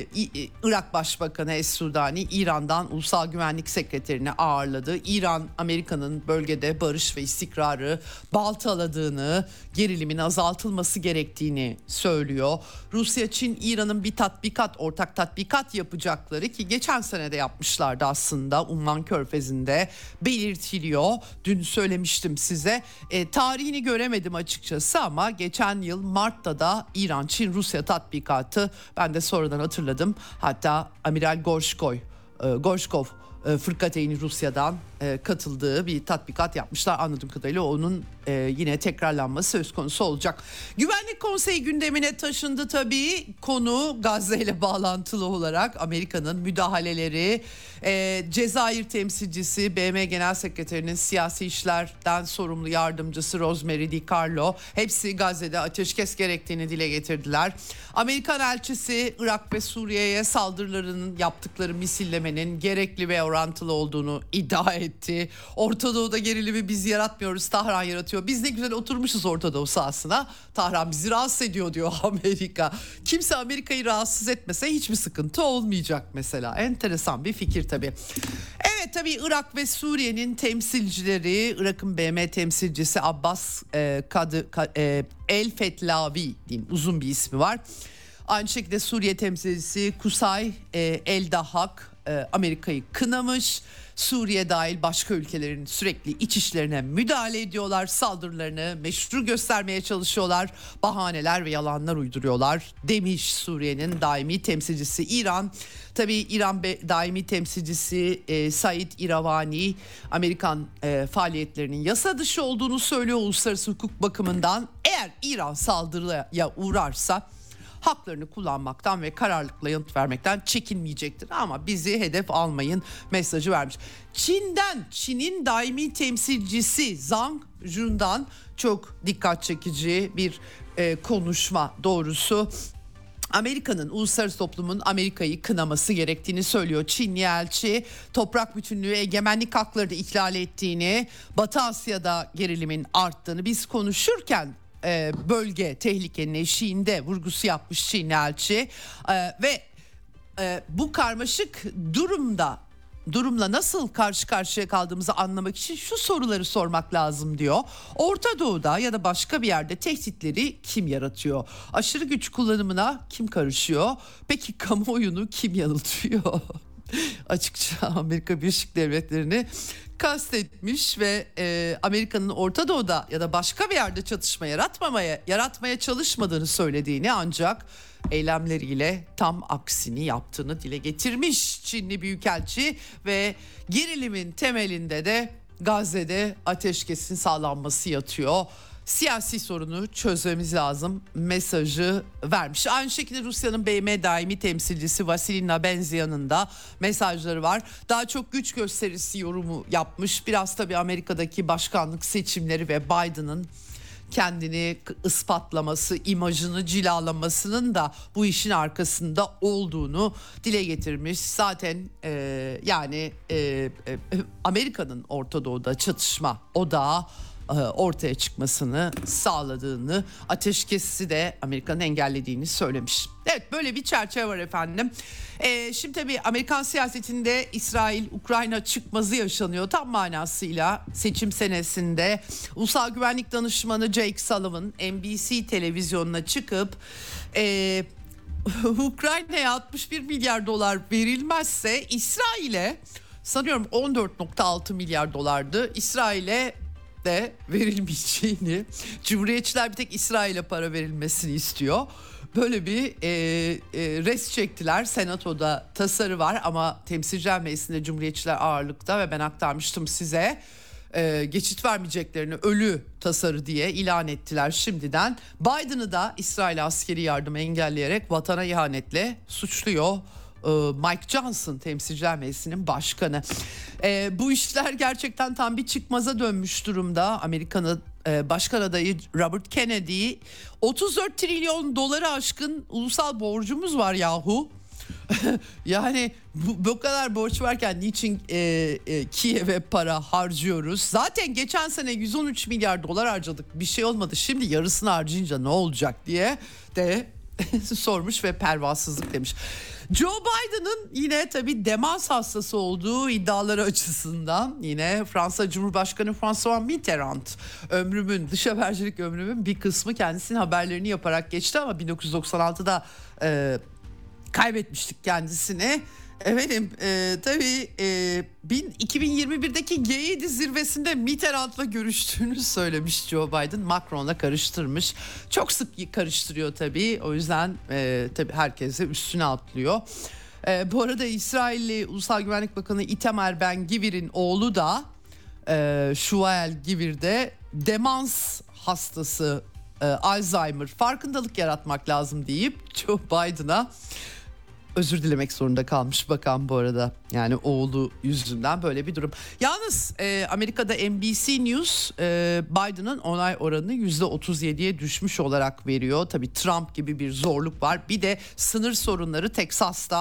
Irak Başbakanı Es-Sudani İran'dan Ulusal Güvenlik Sekreterini ağırladı. İran, Amerika'nın bölgede barış ve istikrarı baltaladığını, gerilimin azaltılması gerektiğini söylüyor. Rusya, Çin, İran'ın bir ortak tatbikat yapacakları, ki geçen sene de yapmışlardı aslında, Umman Körfezi'nde belirtiliyor. Dün söylemiştim size. Tarihini göremedim açıkçası ama geçen yıl Mart'ta da İran, Çin, Rusya tatbikatı, ben de sonradan hatırladım. Hatta Amiral Gorshkov Fırkateyn Rusya'dan katıldığı bir tatbikat yapmışlar. Anladığım kadarıyla onun yine tekrarlanması söz konusu olacak. Güvenlik Konseyi gündemine taşındı tabii. Konu Gazze ile bağlantılı olarak Amerika'nın müdahaleleri. Cezayir temsilcisi, BM Genel Sekreterinin siyasi işlerden sorumlu yardımcısı Rosemary DiCarlo, hepsi Gazze'de ateşkes gerektiğini dile getirdiler. Amerikan elçisi Irak ve Suriye'ye saldırıların, yaptıkları misillemenin gerekli ve orantılı olduğunu iddia etti. Orta Doğu'da gerilimi biz yaratmıyoruz, Tahran yaratıyor. Biz ne güzel oturmuşuz Orta Doğu sahasına, Tahran bizi rahatsız ediyor diyor Amerika. Kimse Amerika'yı rahatsız etmese hiçbir sıkıntı olmayacak mesela. Enteresan bir fikir tabii. Evet, tabii Irak ve Suriye'nin temsilcileri, Irak'ın BM temsilcisi Abbas El Fetlavi diyeyim, uzun bir ismi var. Aynı şekilde Suriye temsilcisi Kusay Eldahak Amerika'yı kınamış. Suriye dahil başka ülkelerin sürekli iç işlerine müdahale ediyorlar. Saldırılarını meşru göstermeye çalışıyorlar. Bahaneler ve yalanlar uyduruyorlar demiş Suriye'nin daimi temsilcisi. İran, tabii İran daimi temsilcisi Said İravani Amerikan faaliyetlerinin yasa dışı olduğunu söylüyor uluslararası hukuk bakımından. Eğer İran saldırıya uğrarsa haklarını kullanmaktan ve kararlılıkla yanıt vermekten çekinmeyecektir. Ama bizi hedef almayın mesajı vermiş. Çin'in daimi temsilcisi Zhang Jun'dan çok dikkat çekici bir konuşma doğrusu. Amerika'nın, uluslararası toplumun Amerika'yı kınaması gerektiğini söylüyor. Çinli elçi toprak bütünlüğü, egemenlik haklarını ihlal ettiğini, Batı Asya'da gerilimin arttığını biz konuşurken bölge tehlikenin eşiğinde vurgusu yapmış Çinli elçi ve bu karmaşık durumla nasıl karşı karşıya kaldığımızı anlamak için şu soruları sormak lazım diyor. Orta Doğu'da ya da başka bir yerde tehditleri kim yaratıyor? Aşırı güç kullanımına kim karışıyor? Peki kamuoyunu kim yanıltıyor? Açıkça Amerika Birleşik Devletleri'ni kastetmiş ve Amerika'nın Orta Doğu'da ya da başka bir yerde çatışma yaratmaya çalışmadığını söylediğini, ancak eylemleriyle tam aksini yaptığını dile getirmiş Çinli büyükelçi ve gerilimin temelinde de Gazze'de ateşkesin sağlanması yatıyor. Siyasi sorunu çözmemiz lazım mesajı vermiş. Aynı şekilde Rusya'nın BM daimi temsilcisi Vasily Nabenzyan'ın da mesajları var. Daha çok güç gösterisi yorumu yapmış. Biraz tabii Amerika'daki başkanlık seçimleri ve Biden'ın kendini ispatlaması, imajını cilalamasının da bu işin arkasında olduğunu dile getirmiş. Zaten Amerika'nın Orta Doğu'da çatışma odağı ortaya çıkmasını sağladığını, ateşkesi de Amerika'nın engellediğini söylemiş. Evet, böyle bir çerçeve var efendim. Şimdi tabii Amerikan siyasetinde İsrail-Ukrayna çıkmazı yaşanıyor tam manasıyla. Seçim senesinde Ulusal Güvenlik Danışmanı Jake Sullivan NBC televizyonuna çıkıp Ukrayna'ya 61 milyar dolar verilmezse İsrail'e, sanıyorum 14,6 milyar dolardı, İsrail'e de verilmeyeceğini, Cumhuriyetçiler bir tek İsrail'e para verilmesini istiyor. Böyle bir res çektiler. Senatoda tasarı var ama Temsilciler Meclisi'nde Cumhuriyetçiler ağırlıkta ve ben aktarmıştım size. Geçit vermeyeceklerini ölü tasarı diye ilan ettiler şimdiden. Biden'ı da İsrail askeri yardımı engelleyerek vatana ihanetle suçluyor Mike Johnson, Temsilciler Meclisi'nin başkanı. Bu işler gerçekten tam bir çıkmaza dönmüş durumda. Amerika'nın başkan adayı Robert Kennedy, 34 trilyon doları aşkın ulusal borcumuz var yahu. Yani bu kadar borç varken niçin Kiev'e para harcıyoruz? Zaten geçen sene 113 milyar dolar harcadık, bir şey olmadı. Şimdi yarısını harcayınca ne olacak diye de sormuş ve pervasızlık demiş. Joe Biden'ın yine tabii demans hastası olduğu iddiaları açısından yine Fransa Cumhurbaşkanı François Mitterrand, dış habercilik ömrümün bir kısmı kendisinin haberlerini yaparak geçti ama 1996'da kaybetmiştik kendisini. Efendim tabii 2021'deki G7 zirvesinde Mitterrand'la görüştüğünü söylemiş Joe Biden. Macron'la karıştırmış. Çok sık karıştırıyor tabii. O yüzden tabii herkese üstüne atlıyor. Bu arada İsrailli Ulusal Güvenlik Bakanı Itamar Ben-Gvir'in oğlu da Şuvael Gvir'de demans hastası, Alzheimer, farkındalık yaratmak lazım deyip Joe Biden'a özür dilemek zorunda kalmış bakan bu arada. Yani oğlu yüzünden böyle bir durum. Yalnız Amerika'da NBC News Biden'ın onay oranını %37'ye düşmüş olarak veriyor. Tabii Trump gibi bir zorluk var. Bir de sınır sorunları Teksas'ta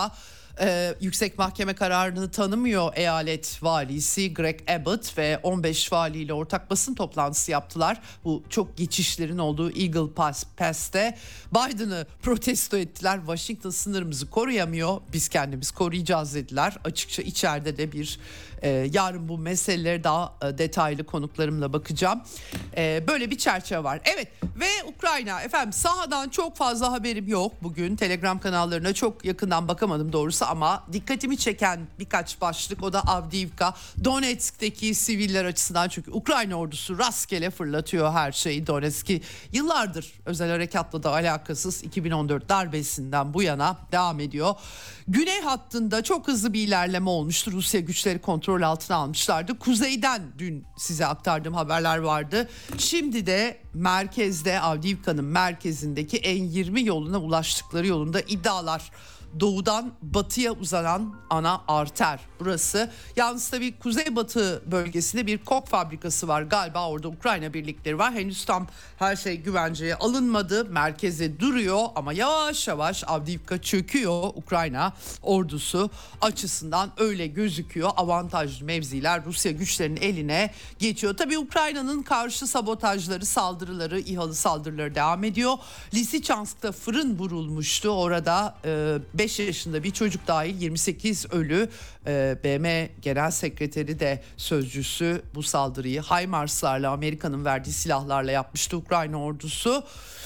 Yüksek Mahkeme kararını tanımıyor eyalet valisi Greg Abbott ve 15 valiyle ortak basın toplantısı yaptılar. Bu çok geçişlerin olduğu Eagle Pass'te Biden'ı protesto ettiler. Washington sınırımızı koruyamıyor, biz kendimiz koruyacağız dediler. Açıkça içeride de yarın bu meselelere daha detaylı konuklarımla bakacağım. Böyle bir çerçeve var. Evet, ve Ukrayna efendim, sahadan çok fazla haberim yok bugün. Telegram kanallarına çok yakından bakamadım doğrusu ama dikkatimi çeken birkaç başlık, o da Avdiivka, Donetsk'teki siviller açısından, çünkü Ukrayna ordusu rastgele fırlatıyor her şeyi. Donetsk'i yıllardır özel harekatla da alakasız 2014 darbesinden bu yana devam ediyor. Güney hattında çok hızlı bir ilerleme olmuştu. Rusya güçleri kontrol altına almışlardı. Kuzeyden dün size aktardığım haberler vardı. Şimdi de merkezde, Avdiivka'nın merkezindeki N20 yoluna ulaştıkları yolunda iddialar. Doğudan batıya uzanan ana arter burası. Yalnız tabii kuzeybatı bölgesinde bir kok fabrikası var. Galiba orada Ukrayna birlikleri var. Henüz tam her şey güvenceye alınmadı. Merkeze duruyor ama yavaş yavaş Avdiivka çöküyor. Ukrayna ordusu açısından öyle gözüküyor. Avantajlı mevziler Rusya güçlerinin eline geçiyor. Tabii Ukrayna'nın karşı sabotajları, saldırıları, İHA'lı saldırıları devam ediyor. Lisyçansk'ta fırın vurulmuştu. Orada 5 yaşında bir çocuk dahil 28 ölü. BM Genel Sekreteri de sözcüsü bu saldırıyı HIMARS'larla, Amerika'nın verdiği silahlarla yapmıştı Ukrayna ordusu.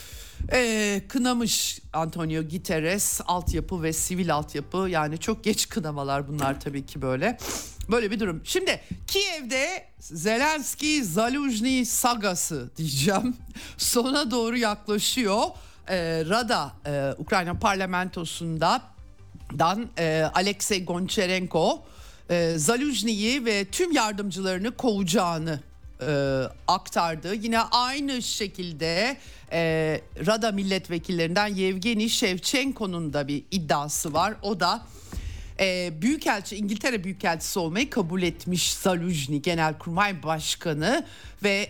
Kınamış Antonio Guterres, altyapı ve sivil altyapı, yani çok geç kınamalar bunlar tabii ki böyle bir durum. Şimdi Kiev'de Zelenski Zaluzhny sagası diyeceğim sona doğru yaklaşıyor. Rada Ukrayna parlamentosundan Alexey Goncharenko Zaluzhny'yi ve tüm yardımcılarını kovacağını aktardı. Yine aynı şekilde Rada milletvekillerinden Yevgeni Shevchenko'nun da bir iddiası var. O da Büyükelçi, İngiltere Büyükelçisi olmayı kabul etmiş Zaluzhny, Genelkurmay Başkanı ve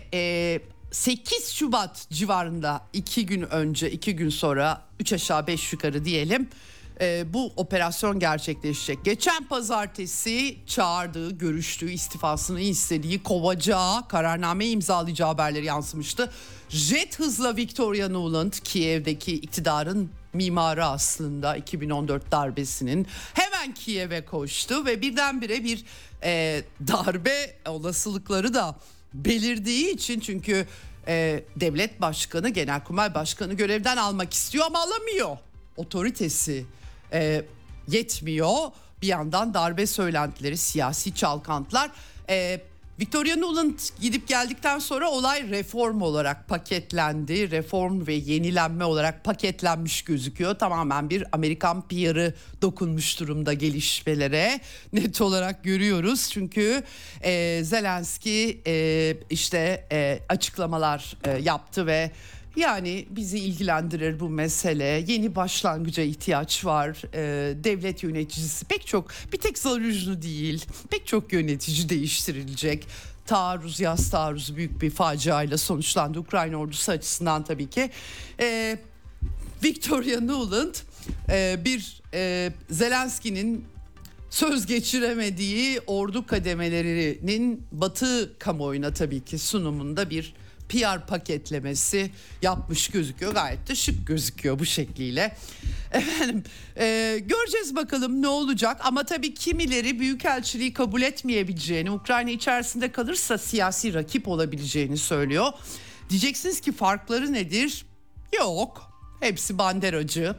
8 Şubat civarında 2 gün sonra 3 aşağı 5 yukarı diyelim bu operasyon gerçekleşecek. Geçen pazartesi çağırdığı, görüştüğü, istifasını istediği, kovacağı, kararname imzalayacağı haberleri yansımıştı. Jet hızla Victoria Nuland, Kiev'deki iktidarın mimarı aslında 2014 darbesinin, hemen Kiev'e koştu ve birdenbire bir darbe olasılıkları da belirdiği için, çünkü devlet başkanı, genelkurmay başkanı görevden almak istiyor ama alamıyor. Otoritesi yetmiyor. Bir yandan darbe söylentileri, siyasi çalkantılar. Victoria Nuland gidip geldikten sonra olay reform olarak paketlendi. Reform ve yenilenme olarak paketlenmiş gözüküyor. Tamamen bir Amerikan PR'ı dokunmuş durumda gelişmelere. Net olarak görüyoruz. Çünkü Zelenski açıklamalar yaptı ve yani bizi ilgilendirir bu mesele. Yeni başlangıca ihtiyaç var. Devlet yöneticisi bir tek Zaluzhny değil, pek çok yönetici değiştirilecek. Yaz taarruzu büyük bir faciayla sonuçlandı Ukrayna ordusu açısından tabii ki. Victoria Nuland Zelenski'nin söz geçiremediği ordu kademelerinin Batı kamuoyuna tabii ki sunumunda bir PR paketlemesi yapmış gözüküyor. Gayet de şık gözüküyor bu şekliyle. Efendim göreceğiz bakalım ne olacak, ama tabii kimileri büyükelçiliği kabul etmeyebileceğini, Ukrayna içerisinde kalırsa siyasi rakip olabileceğini söylüyor. Diyeceksiniz ki farkları nedir? Yok. Hepsi banderacı.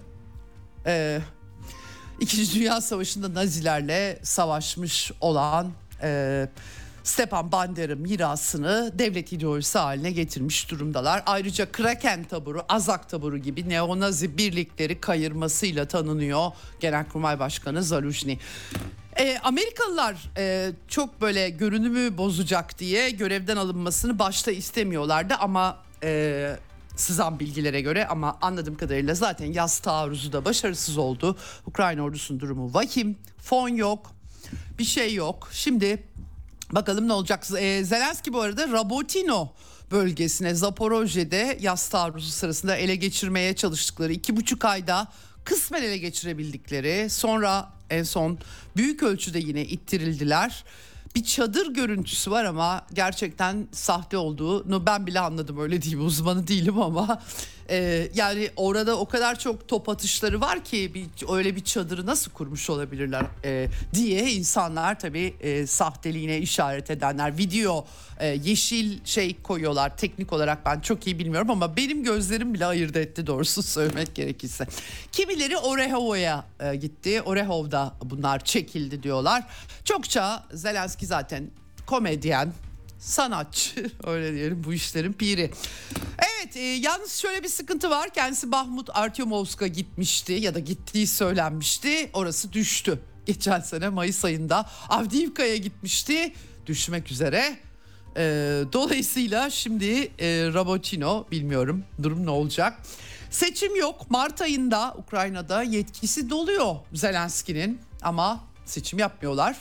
İkinci Dünya Savaşı'nda Nazilerle savaşmış olan Stepan Bandera mirasını devlet ideolojisi haline getirmiş durumdalar. Ayrıca Kraken taburu, Azak taburu gibi neonazi birlikleri kayırmasıyla tanınıyor Genelkurmay Başkanı Zaluzhny. Amerikalılar çok böyle görünümü bozacak diye görevden alınmasını başta istemiyorlardı ama sızan bilgilere göre, ama anladığım kadarıyla zaten yaz taarruzu da başarısız oldu. Ukrayna ordusunun durumu vahim, fon yok, bir şey yok. Şimdi bakalım ne olacak. Zelenski bu arada Rabotino bölgesine, Zaporojye'de yaz taarruzu sırasında ele geçirmeye çalıştıkları, 2,5 ayda kısmen ele geçirebildikleri, sonra En son büyük ölçüde yine ittirildiler. Bir çadır görüntüsü var ama gerçekten sahte olduğunu ben bile anladım, öyle diyeyim, uzmanı değilim ama yani orada o kadar çok top atışları var ki öyle bir çadırı nasıl kurmuş olabilirler diye insanlar tabii sahteliğine işaret edenler, video yeşil şey koyuyorlar, teknik olarak ben çok iyi bilmiyorum ama benim gözlerim bile ayırt etti doğrusu söylemek gerekirse. Kimileri Orehov'a gitti, Orehov'da bunlar çekildi diyorlar. Çokça Zelenski zaten komedyen, sanatçı, öyle diyelim, bu işlerin piri. Evet, yalnız şöyle bir sıkıntı var. Kendisi Bahmut Artyomovsk'a gitmişti ya da gittiği söylenmişti. Orası düştü. Geçen sene Mayıs ayında Avdiivka'ya gitmişti. Düşmek üzere. Dolayısıyla şimdi Rabotino, bilmiyorum durum ne olacak. Seçim yok. Mart ayında Ukrayna'da yetkisi doluyor Zelenski'nin ama seçim yapmıyorlar.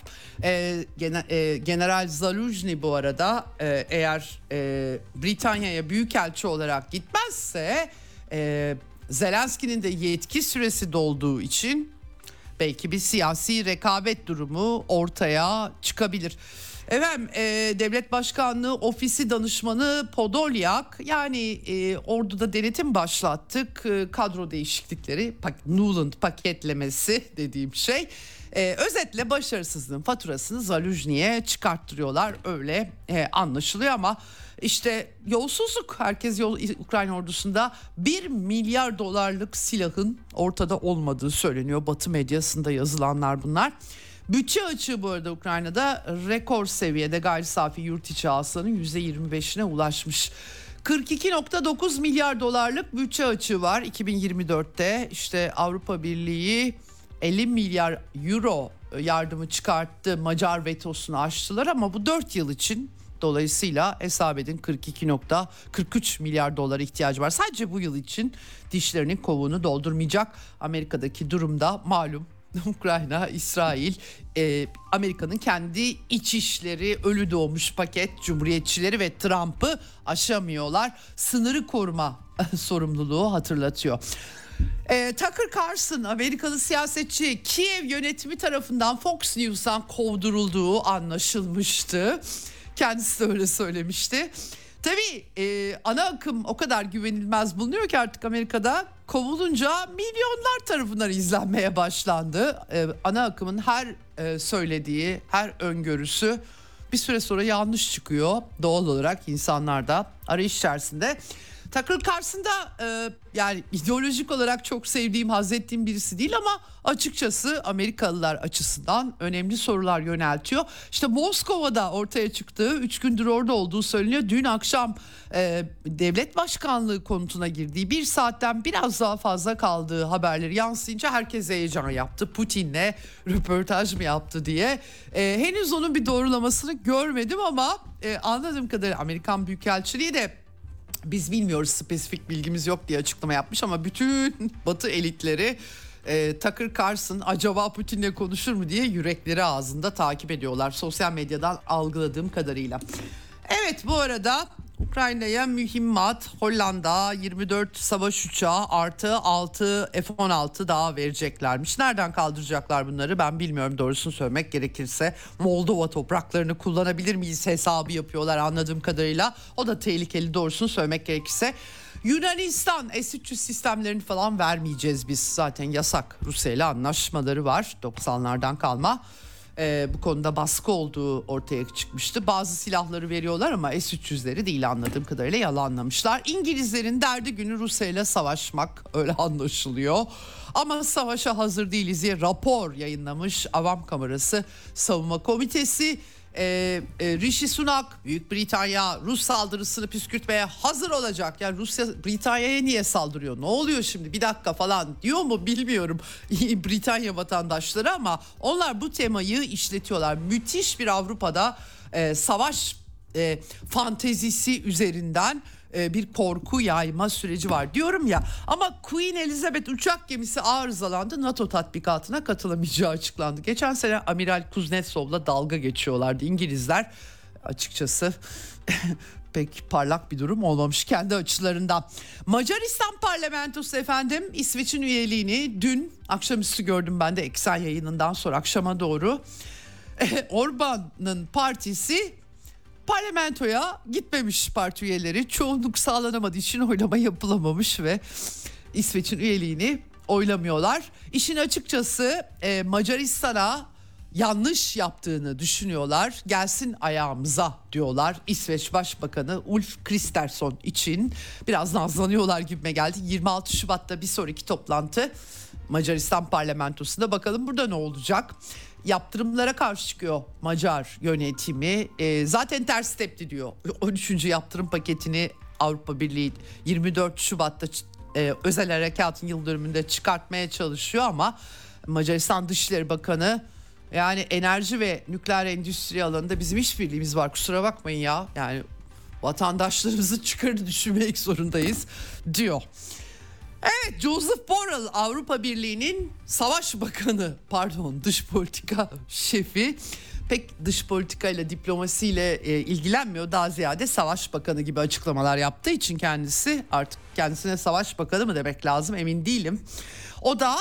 General Zaluzhny bu arada eğer Britanya'ya büyükelçi olarak gitmezse Zelenski'nin de yetki süresi dolduğu için belki bir siyasi rekabet durumu ortaya çıkabilir. Efendim, Devlet Başkanlığı Ofisi Danışmanı Podolyak, yani orduda denetim başlattık, kadro değişiklikleri, Nuland paketlemesi dediğim şey. Özetle başarısızlığın faturasını Zaluzhny'ye çıkarttırıyorlar, öyle anlaşılıyor ama işte yolsuzluk, herkes Ukrayna ordusunda 1 milyar dolarlık silahın ortada olmadığı söyleniyor. Batı medyasında yazılanlar bunlar. Bütçe açığı bu arada Ukrayna'da rekor seviyede, gayri safi yurt içi hasılanın %25'ine ulaşmış. 42.9 milyar dolarlık bütçe açığı var 2024'te. İşte Avrupa Birliği 50 milyar euro yardımı çıkarttı. Macar vetosunu aştılar ama bu 4 yıl için, dolayısıyla hesap edin 42.43 milyar dolar ihtiyacı var. Sadece bu yıl için dişlerinin kovuğunu doldurmayacak. Amerika'daki durumda malum. Ukrayna, İsrail, Amerika'nın kendi iç işleri, ölü doğmuş paket, cumhuriyetçileri ve Trump'ı aşamıyorlar. Sınırı koruma sorumluluğu hatırlatıyor. Tucker Carlson, Amerikalı siyasetçi, Kiev yönetimi tarafından Fox News'tan kovdurulduğu anlaşılmıştı. Kendisi de öyle söylemişti. Tabii ana akım o kadar güvenilmez bulunuyor ki artık Amerika'da, kovulunca milyonlar tarafından izlenmeye başlandı. Ana akımın her söylediği, her öngörüsü bir süre sonra yanlış çıkıyor. Doğal olarak insanlar da arayış içerisinde. Tucker Carlson da yani ideolojik olarak çok sevdiğim, haz ettiğim birisi değil ama açıkçası Amerikalılar açısından önemli sorular yöneltiyor. İşte Moskova'da ortaya çıktığı, 3 gündür orada olduğu söyleniyor. Dün akşam devlet başkanlığı konutuna girdiği, 1 saatten biraz daha fazla kaldığı haberleri yansıyınca herkes heyecan yaptı. Putin'le röportaj mı yaptı diye. Henüz onun bir doğrulamasını görmedim ama anladığım kadarıyla Amerikan Büyükelçiliği de biz bilmiyoruz, spesifik bilgimiz yok diye açıklama yapmış ama bütün Batı elitleri Tucker Carlson acaba Putin'le konuşur mu diye yürekleri ağzında takip ediyorlar sosyal medyadan algıladığım kadarıyla. Evet, bu arada Ukrayna'ya mühimmat, Hollanda 24 savaş uçağı artı 6 F-16 daha vereceklermiş. Nereden kaldıracaklar bunları ben bilmiyorum, doğrusunu söylemek gerekirse. Moldova topraklarını kullanabilir miyiz hesabı yapıyorlar anladığım kadarıyla. O da tehlikeli, doğrusunu söylemek gerekirse. Yunanistan S-300 sistemlerini falan vermeyeceğiz biz, zaten yasak. Rusya ile anlaşmaları var 90'lardan kalma. Bu konuda baskı olduğu ortaya çıkmıştı. Bazı silahları veriyorlar ama S-300'leri değil, anladığım kadarıyla yalanlamışlar. İngilizlerin derdi günü Rusya ile savaşmak, öyle anlaşılıyor. Ama savaşa hazır değiliz diye rapor yayınlamış Avam Kamerası Savunma Komitesi. Rishi Sunak, Büyük Britanya Rus saldırısını püskürtmeye hazır olacak. Yani Rusya Britanya'ya niye saldırıyor? Ne oluyor şimdi? Bir dakika falan diyor mu bilmiyorum Britanya vatandaşları ama onlar bu temayı işletiyorlar. Müthiş bir Avrupa'da savaş fantezisi üzerinden bir korku yayma süreci var diyorum ya. Ama Queen Elizabeth uçak gemisi arızalandı, NATO tatbikatına katılamayacağı açıklandı. Geçen sene Amiral Kuznetsov'la dalga geçiyorlardı İngilizler. Açıkçası pek parlak bir durum olmamış kendi açılarından. Macaristan parlamentosu efendim İsveç'in üyeliğini dün akşamüstü gördüm ben de Eksen yayınından sonra akşama doğru. Orban'ın partisi parlamentoya gitmemiş, parti üyeleri çoğunluk sağlanamadığı için oylama yapılamamış ve İsveç'in üyeliğini oylamıyorlar. İşin açıkçası Macaristan'a yanlış yaptığını düşünüyorlar. Gelsin ayağımıza diyorlar İsveç Başbakanı Ulf Kristersson için. Biraz nazlanıyorlar gibime geldi. 26 Şubat'ta bir sonraki toplantı Macaristan parlamentosunda, bakalım burada ne olacak? Yaptırımlara karşı çıkıyor Macar yönetimi. Zaten ters tepti diyor. 13. yaptırım paketini Avrupa Birliği 24 Şubat'ta özel harekatın yıl dönümünde çıkartmaya çalışıyor ama Macaristan Dışişleri Bakanı yani enerji ve nükleer endüstri alanında bizim işbirliğimiz var, kusura bakmayın ya. Yani vatandaşlarımızın çıkarını düşünmek zorundayız diyor. Evet, Joseph Borrell Avrupa Birliği'nin savaş bakanı, dış politika şefi, pek dış politikayla diplomasiyle ilgilenmiyor, daha ziyade savaş bakanı gibi açıklamalar yaptığı için kendisi, artık kendisine savaş bakanı mı demek lazım emin değilim. O da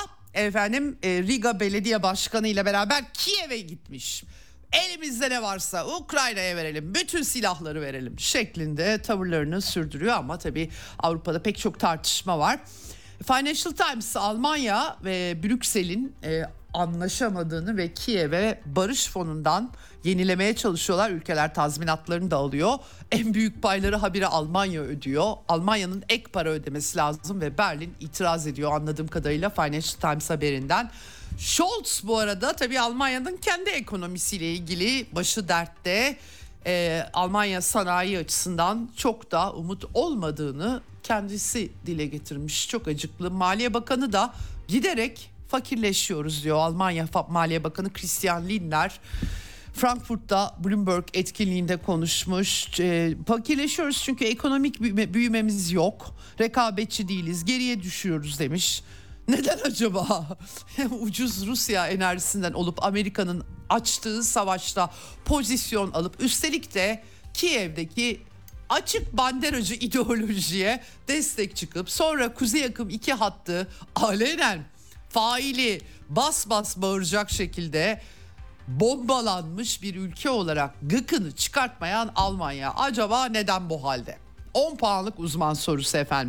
Riga Belediye Başkanı ile beraber Kiev'e gitmiş. Elimizde ne varsa Ukrayna'ya verelim, bütün silahları verelim şeklinde tavırlarını sürdürüyor ama tabii Avrupa'da pek çok tartışma var. Financial Times Almanya ve Brüksel'in anlaşamadığını ve Kiev'e barış fonundan yenilemeye çalışıyorlar. Ülkeler tazminatlarını da alıyor. En büyük payları habire Almanya ödüyor. Almanya'nın ek para ödemesi lazım ve Berlin itiraz ediyor anladığım kadarıyla Financial Times haberinden. Scholz bu arada tabii Almanya'nın kendi ekonomisiyle ilgili başı dertte. Almanya sanayi açısından çok da umut olmadığını kendisi dile getirmiş. Çok acıklı. Maliye Bakanı da giderek fakirleşiyoruz diyor. Almanya Maliye Bakanı Christian Lindner Frankfurt'ta Bloomberg etkinliğinde konuşmuş. Fakirleşiyoruz çünkü ekonomik büyümemiz yok. Rekabetçi değiliz. Geriye düşüyoruz demiş. Neden acaba? Ucuz Rusya enerjisinden olup Amerika'nın açtığı savaşta pozisyon alıp üstelik de Kiev'deki açık banderacı ideolojiye destek çıkıp sonra Kuzey Akım 2 hattı alenen faili bas bas bağıracak şekilde bombalanmış bir ülke olarak gıkını çıkartmayan Almanya acaba neden bu halde? 10 puanlık uzman sorusu efendim.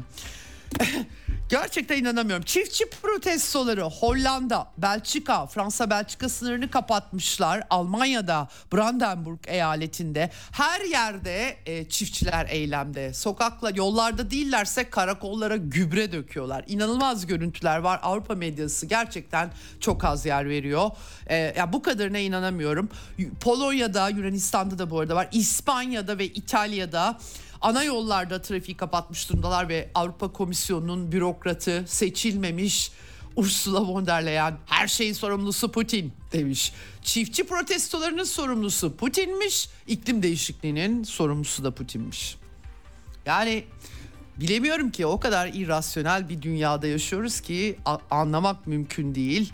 Gerçekten inanamıyorum. Çiftçi protestoları Hollanda, Belçika, Fransa-Belçika sınırını kapatmışlar. Almanya'da, Brandenburg eyaletinde her yerde çiftçiler eylemde. Sokakla, yollarda değillerse karakollara gübre döküyorlar. İnanılmaz görüntüler var. Avrupa medyası gerçekten çok az yer veriyor. Ya bu kadarına inanamıyorum. Polonya'da, Yunanistan'da da bu arada var. İspanya'da ve İtalya'da ana yollarda trafiği kapatmış durumdalar ve Avrupa Komisyonu'nun bürokratı seçilmemiş Ursula von der Leyen her şeyin sorumlusu Putin demiş. Çiftçi protestolarının sorumlusu Putin'miş, iklim değişikliğinin sorumlusu da Putin'miş. Yani bilemiyorum ki, o kadar irrasyonel bir dünyada yaşıyoruz ki anlamak mümkün değil.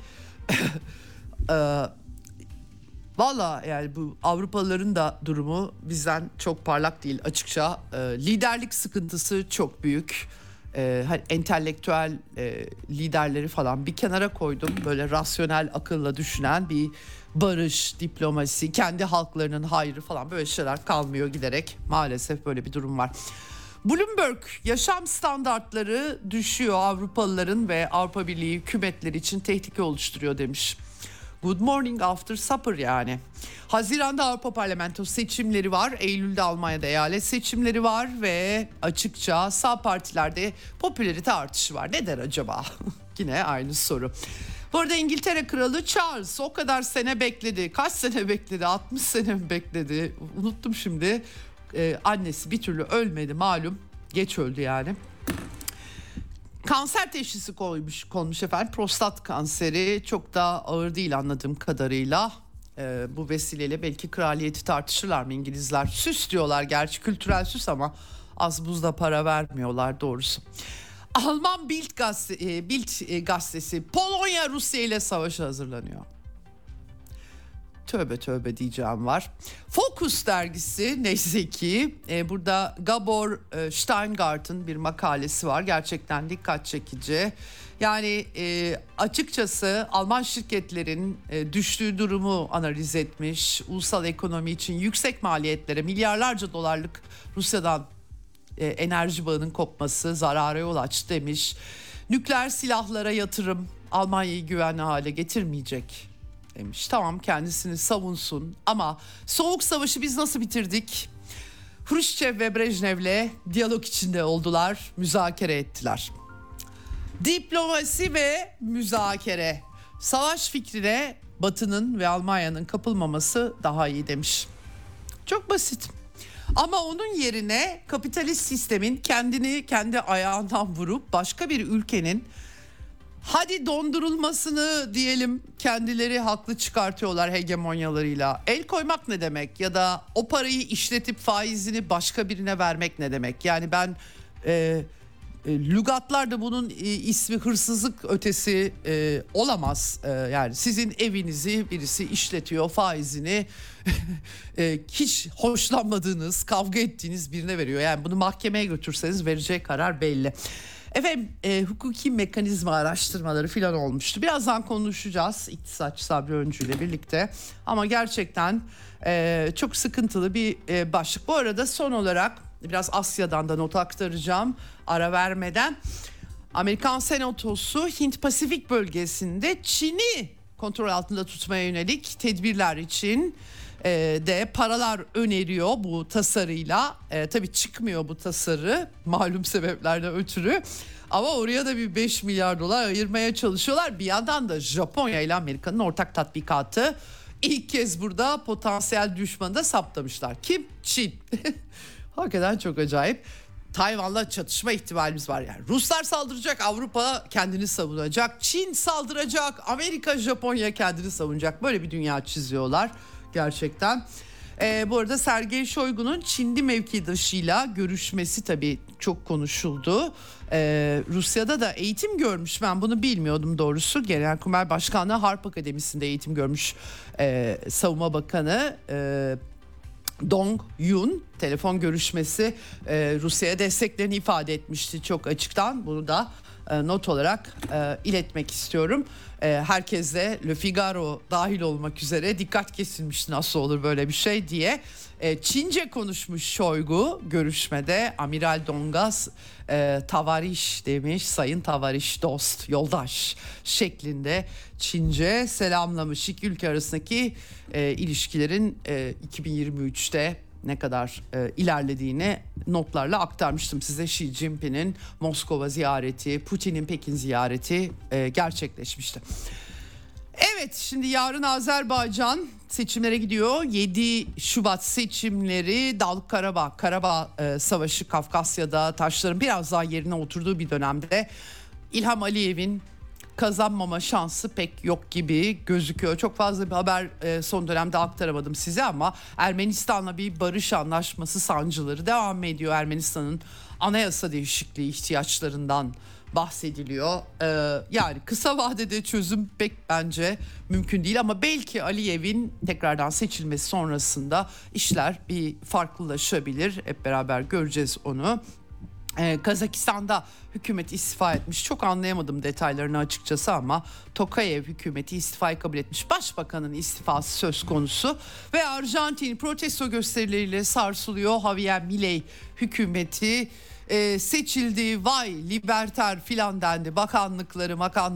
Valla yani bu Avrupalıların da durumu bizden çok parlak değil açıkça. Liderlik sıkıntısı çok büyük. Entelektüel liderleri falan bir kenara koydum. Böyle rasyonel akılla düşünen bir barış, diplomasi, kendi halklarının hayrı falan böyle şeyler kalmıyor giderek. Maalesef böyle bir durum var. Bloomberg yaşam standartları düşüyor Avrupalıların ve Avrupa Birliği hükümetleri için tehlike oluşturuyor demiş. Good morning after supper yani. Haziran'da Avrupa Parlamentosu seçimleri var. Eylül'de Almanya'da eyalet seçimleri var ve açıkça sağ partilerde popülarite artışı var. Neden acaba? Yine aynı soru. Bu arada İngiltere Kralı Charles o kadar sene bekledi. Kaç sene bekledi? 60 sene mi bekledi? Unuttum şimdi. Annesi bir türlü ölmedi malum. Geç öldü yani. Kanser teşhisi konmuş efendim. Prostat kanseri çok da ağır değil anladığım kadarıyla. Bu vesileyle belki kraliyeti tartışırlar mı İngilizler? Süs diyorlar gerçi, kültürel süs ama az buzda para vermiyorlar doğrusu. Alman Bild gazetesi Polonya Rusya ile savaşa hazırlanıyor. tövbe tövbe diyeceğim var. Focus dergisi neyse ki burada Gabor Steingart'ın bir makalesi var. Gerçekten dikkat çekici. Yani açıkçası Alman şirketlerin düştüğü durumu analiz etmiş. Ulusal ekonomi için yüksek maliyetlere milyarlarca dolarlık Rusya'dan enerji bağının kopması zarara yol açtı demiş. Nükleer silahlara yatırım Almanya'yı güvenli hale getirmeyecek demiş. Tamam, kendisini savunsun ama Soğuk Savaşı biz nasıl bitirdik? Hruşçev ve Brejnev'le diyalog içinde oldular, müzakere ettiler. Diplomasi ve müzakere. Savaş fikrine Batı'nın ve Almanya'nın kapılmaması daha iyi demiş. Çok basit. Ama onun yerine kapitalist sistemin kendini kendi ayağından vurup başka bir ülkenin hadi dondurulmasını diyelim kendileri haklı çıkartıyorlar hegemonyalarıyla. El koymak ne demek ya da o parayı işletip faizini başka birine vermek ne demek? Yani ben lügatlarda bunun ismi hırsızlık ötesi olamaz. Yani sizin evinizi birisi işletiyor, faizini hiç hoşlanmadığınız, kavga ettiğiniz birine veriyor. Yani bunu mahkemeye götürseniz vereceği karar belli. Efendim hukuki mekanizma araştırmaları falan olmuştu. Birazdan konuşacağız İktisatçı Sabri Öncü ile birlikte. Ama gerçekten çok sıkıntılı bir başlık. Bu arada son olarak biraz Asya'dan da not aktaracağım ara vermeden. Amerikan Senatosu Hint-Pasifik bölgesinde Çin'i kontrol altında tutmaya yönelik tedbirler için de paralar öneriyor bu tasarıyla. Tabii çıkmıyor bu tasarı malum sebeplerden ötürü. Ama oraya da bir 5 milyar dolar ayırmaya çalışıyorlar. Bir yandan da Japonya ile Amerika'nın ortak tatbikatı ilk kez burada potansiyel düşmanı da saptamışlar. Kim? Çin. Hakikaten çok acayip. Tayvan'la çatışma ihtimalimiz var yani. Ruslar saldıracak, Avrupa kendini savunacak. Çin saldıracak, Amerika, Japonya kendini savunacak. Böyle bir dünya çiziyorlar gerçekten. Bu arada Sergey Shoigu'nun Çinli mevkidaşıyla görüşmesi tabii çok konuşuldu. Rusya'da da eğitim görmüş, ben bunu bilmiyordum doğrusu. Genelkurmay Başkanlığı Harp Akademisi'nde eğitim görmüş Savunma Bakanı Dong Yun telefon görüşmesi Rusya'ya desteklerini ifade etmişti çok açıktan. Bunu da not olarak iletmek istiyorum. Herkes de Le Figaro dahil olmak üzere dikkat kesilmişti nasıl olur böyle bir şey diye. Çince konuşmuş Shoigu görüşmede. Amiral Dongas tavariş demiş, sayın tavariş, dost, yoldaş şeklinde Çince selamlamış. İki ülke arasındaki ilişkilerin 2023'te ne kadar ilerlediğini notlarla aktarmıştım size. Xi Jinping'in Moskova ziyareti, Putin'in Pekin ziyareti gerçekleşmişti. Evet, şimdi yarın Azerbaycan seçimlere gidiyor. 7 Şubat seçimleri, Dağlık Karabağ Savaşı Kafkasya'da taşların biraz daha yerine oturduğu bir dönemde İlham Aliyev'in kazanmama şansı pek yok gibi gözüküyor. Çok fazla bir haber son dönemde aktaramadım size ama Ermenistan'la bir barış anlaşması sancıları devam ediyor. Ermenistan'ın anayasa değişikliği ihtiyaçlarından bahsediliyor. Yani kısa vadede çözüm pek bence mümkün değil ama belki Aliyev'in tekrardan seçilmesi sonrasında işler bir farklılaşabilir. Hep beraber göreceğiz onu. Kazakistan'da hükümet istifa etmiş. Çok anlayamadım detaylarını açıkçası ama Tokayev hükümeti istifayı kabul etmiş. Başbakanın istifası söz konusu ve Arjantin protesto gösterileriyle sarsılıyor. Javier Milei hükümeti seçildi, vay liberter filan dendi. Bakanlıkları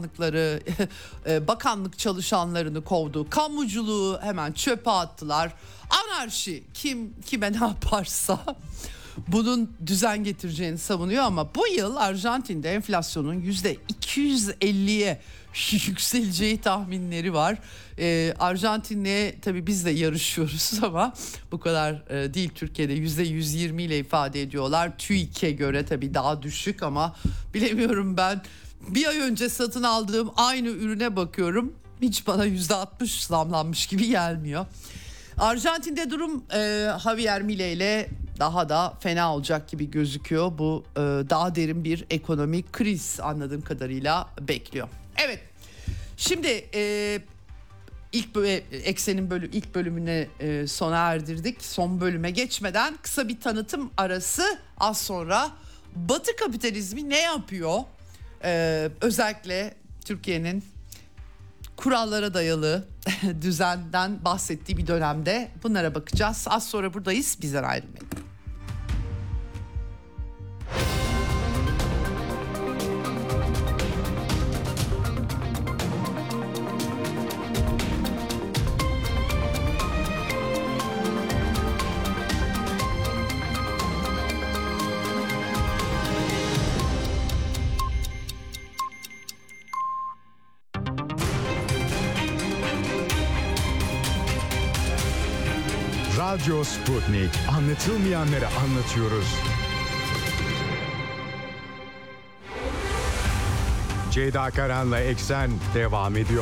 bakanlık çalışanlarını kovdu. Kamuculuğu hemen çöpe attılar. Anarşi, kim kime ne yaparsa bunun düzen getireceğini savunuyor ama bu yıl Arjantin'de enflasyonun %250'ye yükseleceği tahminleri var. Arjantin'le tabii biz de yarışıyoruz ama bu kadar değil. Türkiye'de %120 ile ifade ediyorlar. TÜİK'e göre tabii daha düşük ama bilemiyorum, ben bir ay önce satın aldığım aynı ürüne bakıyorum. Hiç bana %60 zamlanmış gibi gelmiyor. Arjantin'de durum Javier Milei ile daha da fena olacak gibi gözüküyor. Bu daha derin bir ekonomik kriz anladığım kadarıyla bekliyor. Evet, şimdi Eksen'in ilk bölümüne sona erdirdik. Son bölüme geçmeden kısa bir tanıtım arası, az sonra Batı kapitalizmi ne yapıyor? Özellikle Türkiye'nin kurallara dayalı düzenden bahsettiği bir dönemde bunlara bakacağız. Az sonra buradayız, bizden ayrılmayın. Radyo Sputnik. Anlatılmayanları anlatıyoruz. Ceyda Karan'la Eksen devam ediyor.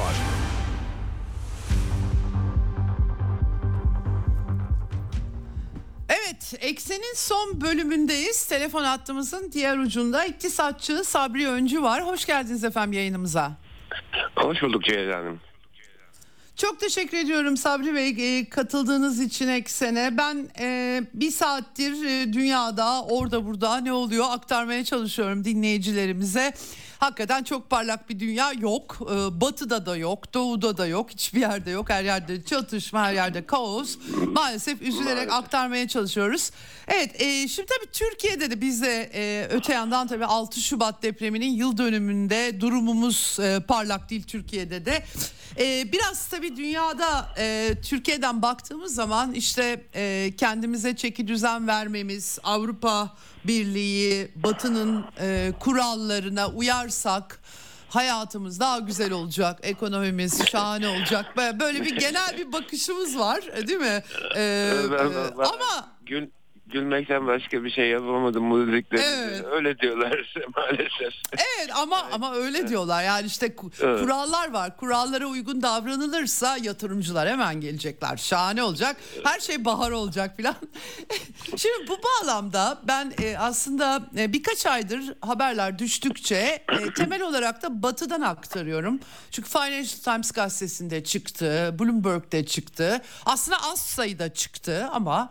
Evet, Eksen'in son bölümündeyiz. Telefon hattımızın diğer ucunda iktisatçı Sabri Öncü var. Hoş geldiniz efendim yayınımıza. Hoş bulduk Ceyda Hanım. Çok teşekkür ediyorum Sabri Bey katıldığınız için Eksen'e. Ben bir saattir dünyada orada burada ne oluyor aktarmaya çalışıyorum dinleyicilerimize. Hakikaten çok parlak bir dünya yok. Batı'da da yok, doğuda da yok, hiçbir yerde yok. Her yerde çatışma, her yerde kaos. Maalesef üzülerek aktarmaya çalışıyoruz. Evet, şimdi tabii Türkiye'de de biz de öte yandan tabii 6 Şubat depreminin yıl dönümünde durumumuz parlak değil Türkiye'de de. Biraz tabii dünyada Türkiye'den baktığımız zaman işte kendimize çeki düzen vermemiz, Avrupa Birliği, Batı'nın kurallarına uyarsak hayatımız daha güzel olacak, ekonomimiz şahane olacak. Böyle bir genel bir bakışımız var, değil mi? Ama gülmekten başka bir şey yapamadım bu dediklerinizi. Evet. Öyle diyorlar maalesef. Evet ama öyle diyorlar. Yani işte kurallar var. Kurallara uygun davranılırsa yatırımcılar hemen gelecekler. Şahane olacak. Her şey bahar olacak filan. Şimdi bu bağlamda ben aslında birkaç aydır haberler düştükçe temel olarak da Batı'dan aktarıyorum. Çünkü Financial Times gazetesinde çıktı, Bloomberg'de çıktı. Aslında az sayıda çıktı ama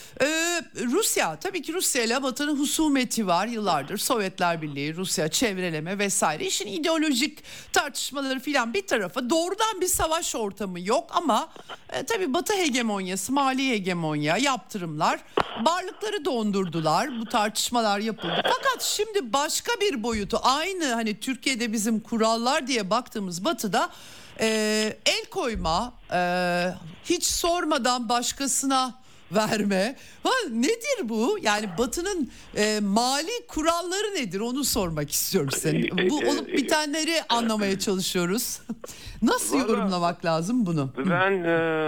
Rusya, tabii ki Rusya ile Batı'nın husumeti var yıllardır. Sovyetler Birliği, Rusya, çevreleme vesaire. İşin ideolojik tartışmaları filan bir tarafa, doğrudan bir savaş ortamı yok ama tabii Batı hegemonyası, mali hegemonya, yaptırımlar, varlıkları dondurdular. Bu tartışmalar yapıldı. Fakat şimdi başka bir boyutu, aynı hani Türkiye'de bizim kurallar diye baktığımız Batı'da el koyma, hiç sormadan başkasına verme. Nedir bu? Yani Batı'nın mali kuralları nedir? Onu sormak istiyorum senin. Bu olup bitenleri anlamaya çalışıyoruz. Nasıl yorumlamak lazım bunu? Ben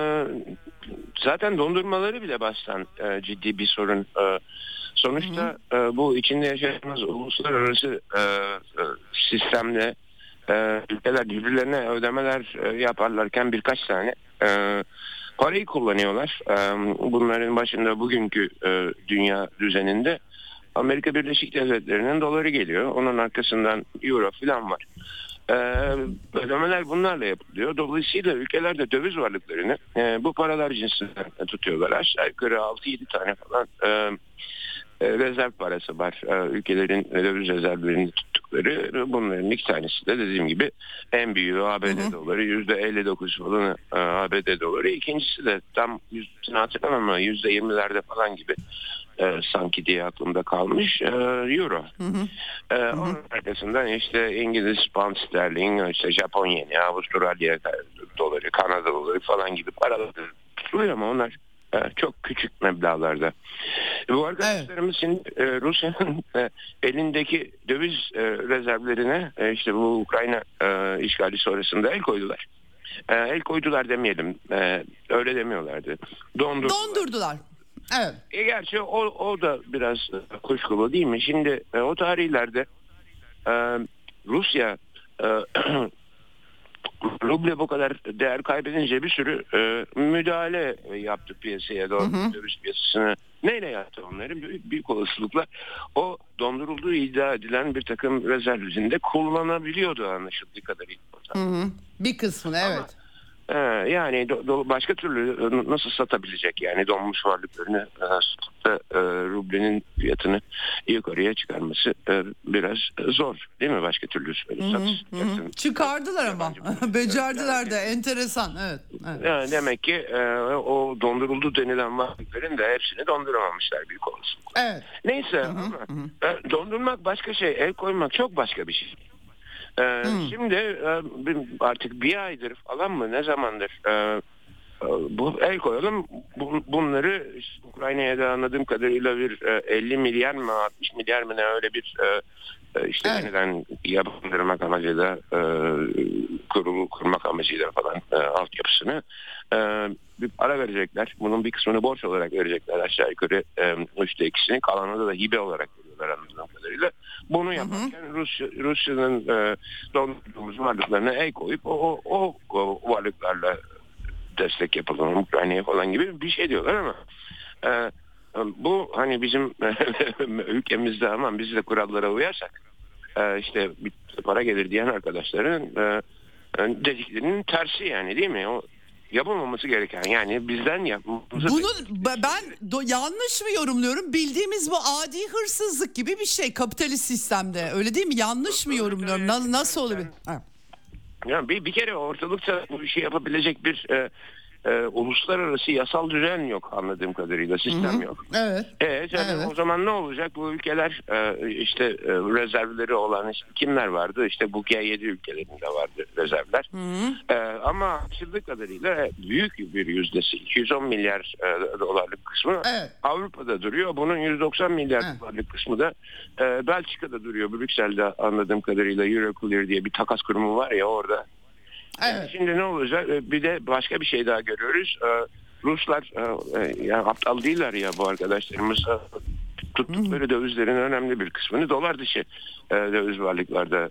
zaten dondurmaları bile baştan ciddi bir sorun. Sonuçta bu içinde yaşadığımız uluslararası sistemde ülkeler birbirlerine ödemeler yaparlarken birkaç tane parayı kullanıyorlar. Bunların başında bugünkü dünya düzeninde Amerika Birleşik Devletleri'nin doları geliyor. Onun arkasından euro falan var. Ödemeler bunlarla yapılıyor. Dolayısıyla ülkeler de döviz varlıklarını bu paralar cinsinden tutuyorlar. Aşağı yukarı 6-7 tane falan rezerv parası var. Ülkelerin döviz rezervlerini tuttukları. Bunların iki tanesi de dediğim gibi en büyüğü ABD doları. %59 falan ABD doları. İkincisi de tam yüzdesini hatırlamam ama %20'lerde falan gibi sanki diye aklımda kalmış euro. Onun arkasından işte İngiliz pound sterling, işte Japon yeni, Avustralya doları, Kanada doları falan gibi paralar tutuluyor ama onlar çok küçük meblağlarda. Bu arkadaşlarımız şimdi Rusya'nın elindeki döviz rezervlerine işte bu Ukrayna işgali sonrasında el koydular. El koydular demeyelim. Öyle demiyorlardı. Dondurdular. Evet. Gerçi o da biraz kuşkulu değil mi? Şimdi o tarihlerde Rusya ruble bu kadar değer kaybedince bir sürü müdahale yaptı piyasaya doğru, döviz piyasasına. Neyle yaptı onları? Büyük olasılıkla o dondurulduğu iddia edilen bir takım rezervlerinde kullanabiliyordu anlaşıldığı kadarıyla. Bir kısmını evet. Yani başka türlü nasıl satabilecek, yani donmuş varlıklarını rublenin fiyatını yukarıya çıkarması biraz zor değil mi? Başka türlü çıkardılar ama becerdiler de, enteresan. Evet. Yani demek ki o donduruldu denilen varlıkların da hepsini donduramamışlar büyük olasılık. Evet. Neyse ama dondurmak başka şey, el koymak çok başka bir şey. Şimdi artık bir aydır falan mı, ne zamandır bu el koyalım, bunları Ukrayna'ya da anladığım kadarıyla bir 50 milyar mı 60 milyar mı ne, öyle bir işte yeniden yapılandırmak amacıyla kurmak amacıyla falan altyapısını bir para verecekler. Bunun bir kısmını borç olarak verecekler, aşağı yukarı 3'te 2'sini, kalanını da hibe olarak veriyorlar anladığım kadarıyla. Bunu yaparken Rusya'nın dondurduğumuz varlıklarına el koyup o varlıklarla destek yapalım Ukrayna'ya falan gibi bir şey diyorlar ama bu hani bizim ülkemizde aman biz de kurallara uyarsak işte bir para gelir diyen arkadaşların dediklerinin tersi, yani değil mi? O yapılmaması gereken, yani bizden yapmamızı... Ben yanlış mı yorumluyorum? Bildiğimiz bu adi hırsızlık gibi bir şey kapitalist sistemde, öyle değil mi? Yanlış mı yorumluyorum? Nasıl olabilir? Yani bir kere ortalıkta bu işi yapabilecek bir uluslararası yasal düzen yok anladığım kadarıyla, sistem yok. Evet. Canım, o zaman ne olacak? Bu ülkeler işte rezervleri olan kimler vardı? İşte bu G7 ülkelerinde vardı rezervler. Ama açıldığı kadarıyla büyük bir yüzdesi, 210 milyar dolarlık kısmı Avrupa'da duruyor. Bunun 190 milyar dolarlık kısmı da Belçika'da duruyor. Brüksel'de anladığım kadarıyla Euroclear diye bir takas kurumu var ya orada. Evet. Şimdi ne olacak? Bir de başka bir şey daha görüyoruz. Ruslar yani aptal değiller ya bu arkadaşlarımız. Tuttukları dövizlerin önemli bir kısmını dolar dışı döviz varlıklarda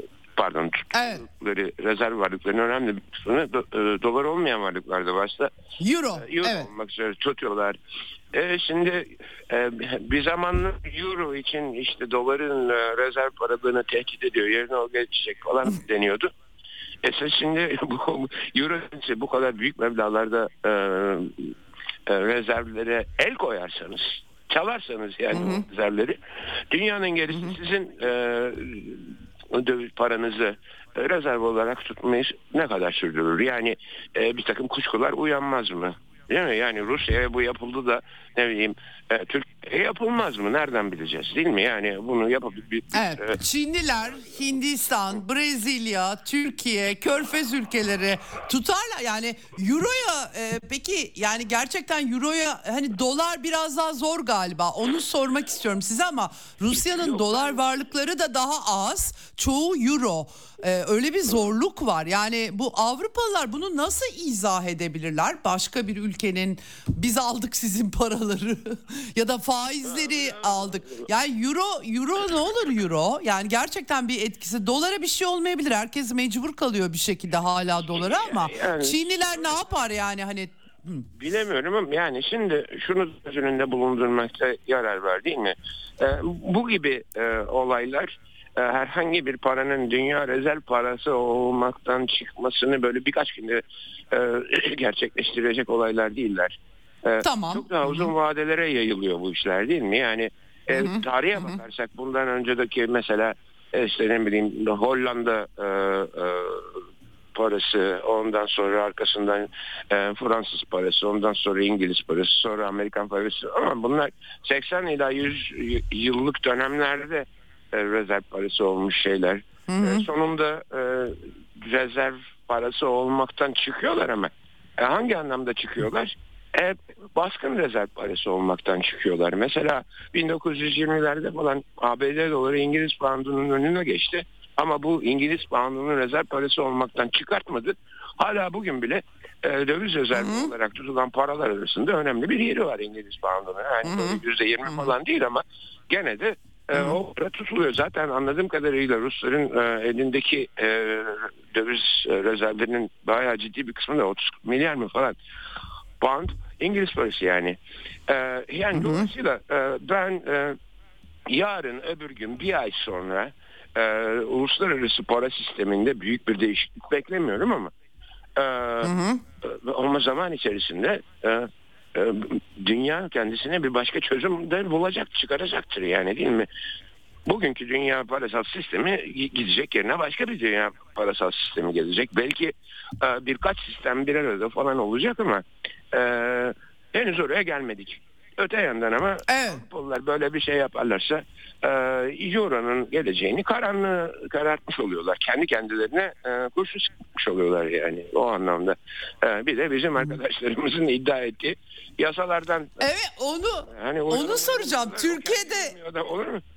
tuttukları rezerv varlıklarının önemli bir kısmını dolar olmayan varlıklarda başta Euro olmak üzere tutuyorlar. Şimdi bir zamanlar Euro için işte doların rezerv paralığını tehdit ediyor, yerine o geçecek falan deniyordu. Esas şimdi bu Euro bu kadar büyük meblağlarda rezervlere el koyarsanız, çalarsanız yani o rezervleri, dünyanın gerisi sizin döviz paranızı rezerv olarak tutmayı ne kadar sürdürür? Yani bir takım kuşkular uyanmaz mı? Değil mi? Yani Rusya'ya bu yapıldı da ne bileyim Türkiye'ye yapılmaz mı? Nereden bileceğiz, değil mi? Yani bunu yapabilir. Evet. Çinliler, Hindistan, Brezilya, Türkiye, Körfez ülkeleri tutarlar. Yani Euro'ya peki, yani gerçekten Euro'ya, hani dolar biraz daha zor galiba. Onu sormak istiyorum size ama Rusya'nın dolar varlıkları da daha az. Çoğu Euro. Öyle bir zorluk var. Yani bu Avrupalılar bunu nasıl izah edebilirler? Başka bir ülkenin biz aldık sizin paraları ya da faizleri aldık. Yani euro ne olur euro? Yani gerçekten bir etkisi. Dolara bir şey olmayabilir. Herkes mecbur kalıyor bir şekilde hala dolara ama Çinliler ne yapar yani hani? Bilemiyorum ama yani şimdi şunu göz önünde bulundurmakta yarar var, değil mi? Bu gibi olaylar herhangi bir paranın dünya rezerv parası olmaktan çıkmasını böyle birkaç günde gerçekleştirecek olaylar değiller. Tamam. Çok daha uzun vadelere yayılıyor bu işler, değil mi? Yani tarihe bakarsak bundan önceki mesela işte ne bileyim Hollanda parası, ondan sonra arkasından Fransız parası, ondan sonra İngiliz parası, sonra Amerikan parası, ama bunlar 80 ila 100 yıllık dönemlerde rezerv parası olmuş şeyler. Sonunda rezerv parası olmaktan çıkıyorlar ama hangi anlamda çıkıyorlar? Baskın rezerv parası olmaktan çıkıyorlar. Mesela 1920'lerde falan ABD doları İngiliz poundunun önüne geçti. Ama bu İngiliz poundunun rezerv parası olmaktan çıkartmadı. Hala bugün bile döviz rezervi olarak tutulan paralar arasında önemli bir yeri var İngiliz poundunun. Yani %20 falan değil ama gene de o para tutuluyor. Zaten anladığım kadarıyla Rusların elindeki döviz rezervlerinin bayağı ciddi bir kısmı da 30 milyar mı falan pound İngiliz parası yani. Yani dolayısıyla ben yarın öbür gün bir ay sonra uluslararası para sisteminde büyük bir değişiklik beklemiyorum ama Ama zaman içerisinde dünya kendisine bir başka çözüm de bulacak, çıkaracaktır yani, değil mi? Bugünkü dünya parasal sistemi gidecek, yerine başka bir dünya parasal sistemi gelecek. Belki birkaç sistem bir arada falan olacak ama henüz oraya gelmedik. Öte yandan ama Avrupalılar böyle bir şey yaparlarsa Euro'nun geleceğini karartmış oluyorlar. Kendi kendilerine kurşun sıkmış oluyorlar yani o anlamda. Bir de bizim arkadaşlarımızın iddia ettiği yasalardan. Evet, onu soracağım. Türkiye'de olur mu?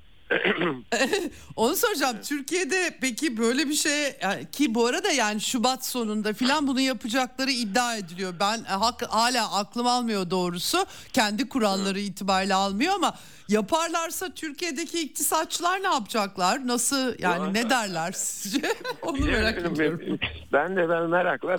Onu soracağım. Türkiye'de peki böyle bir şey, ki bu arada yani Şubat sonunda filan bunu yapacakları iddia ediliyor. Ben hala aklım almıyor doğrusu. Kendi kuralları itibariyle almıyor ama yaparlarsa Türkiye'deki iktisatçılar ne yapacaklar? Nasıl yani, ne derler sizce? Onu merak ediyorum. Ben merakla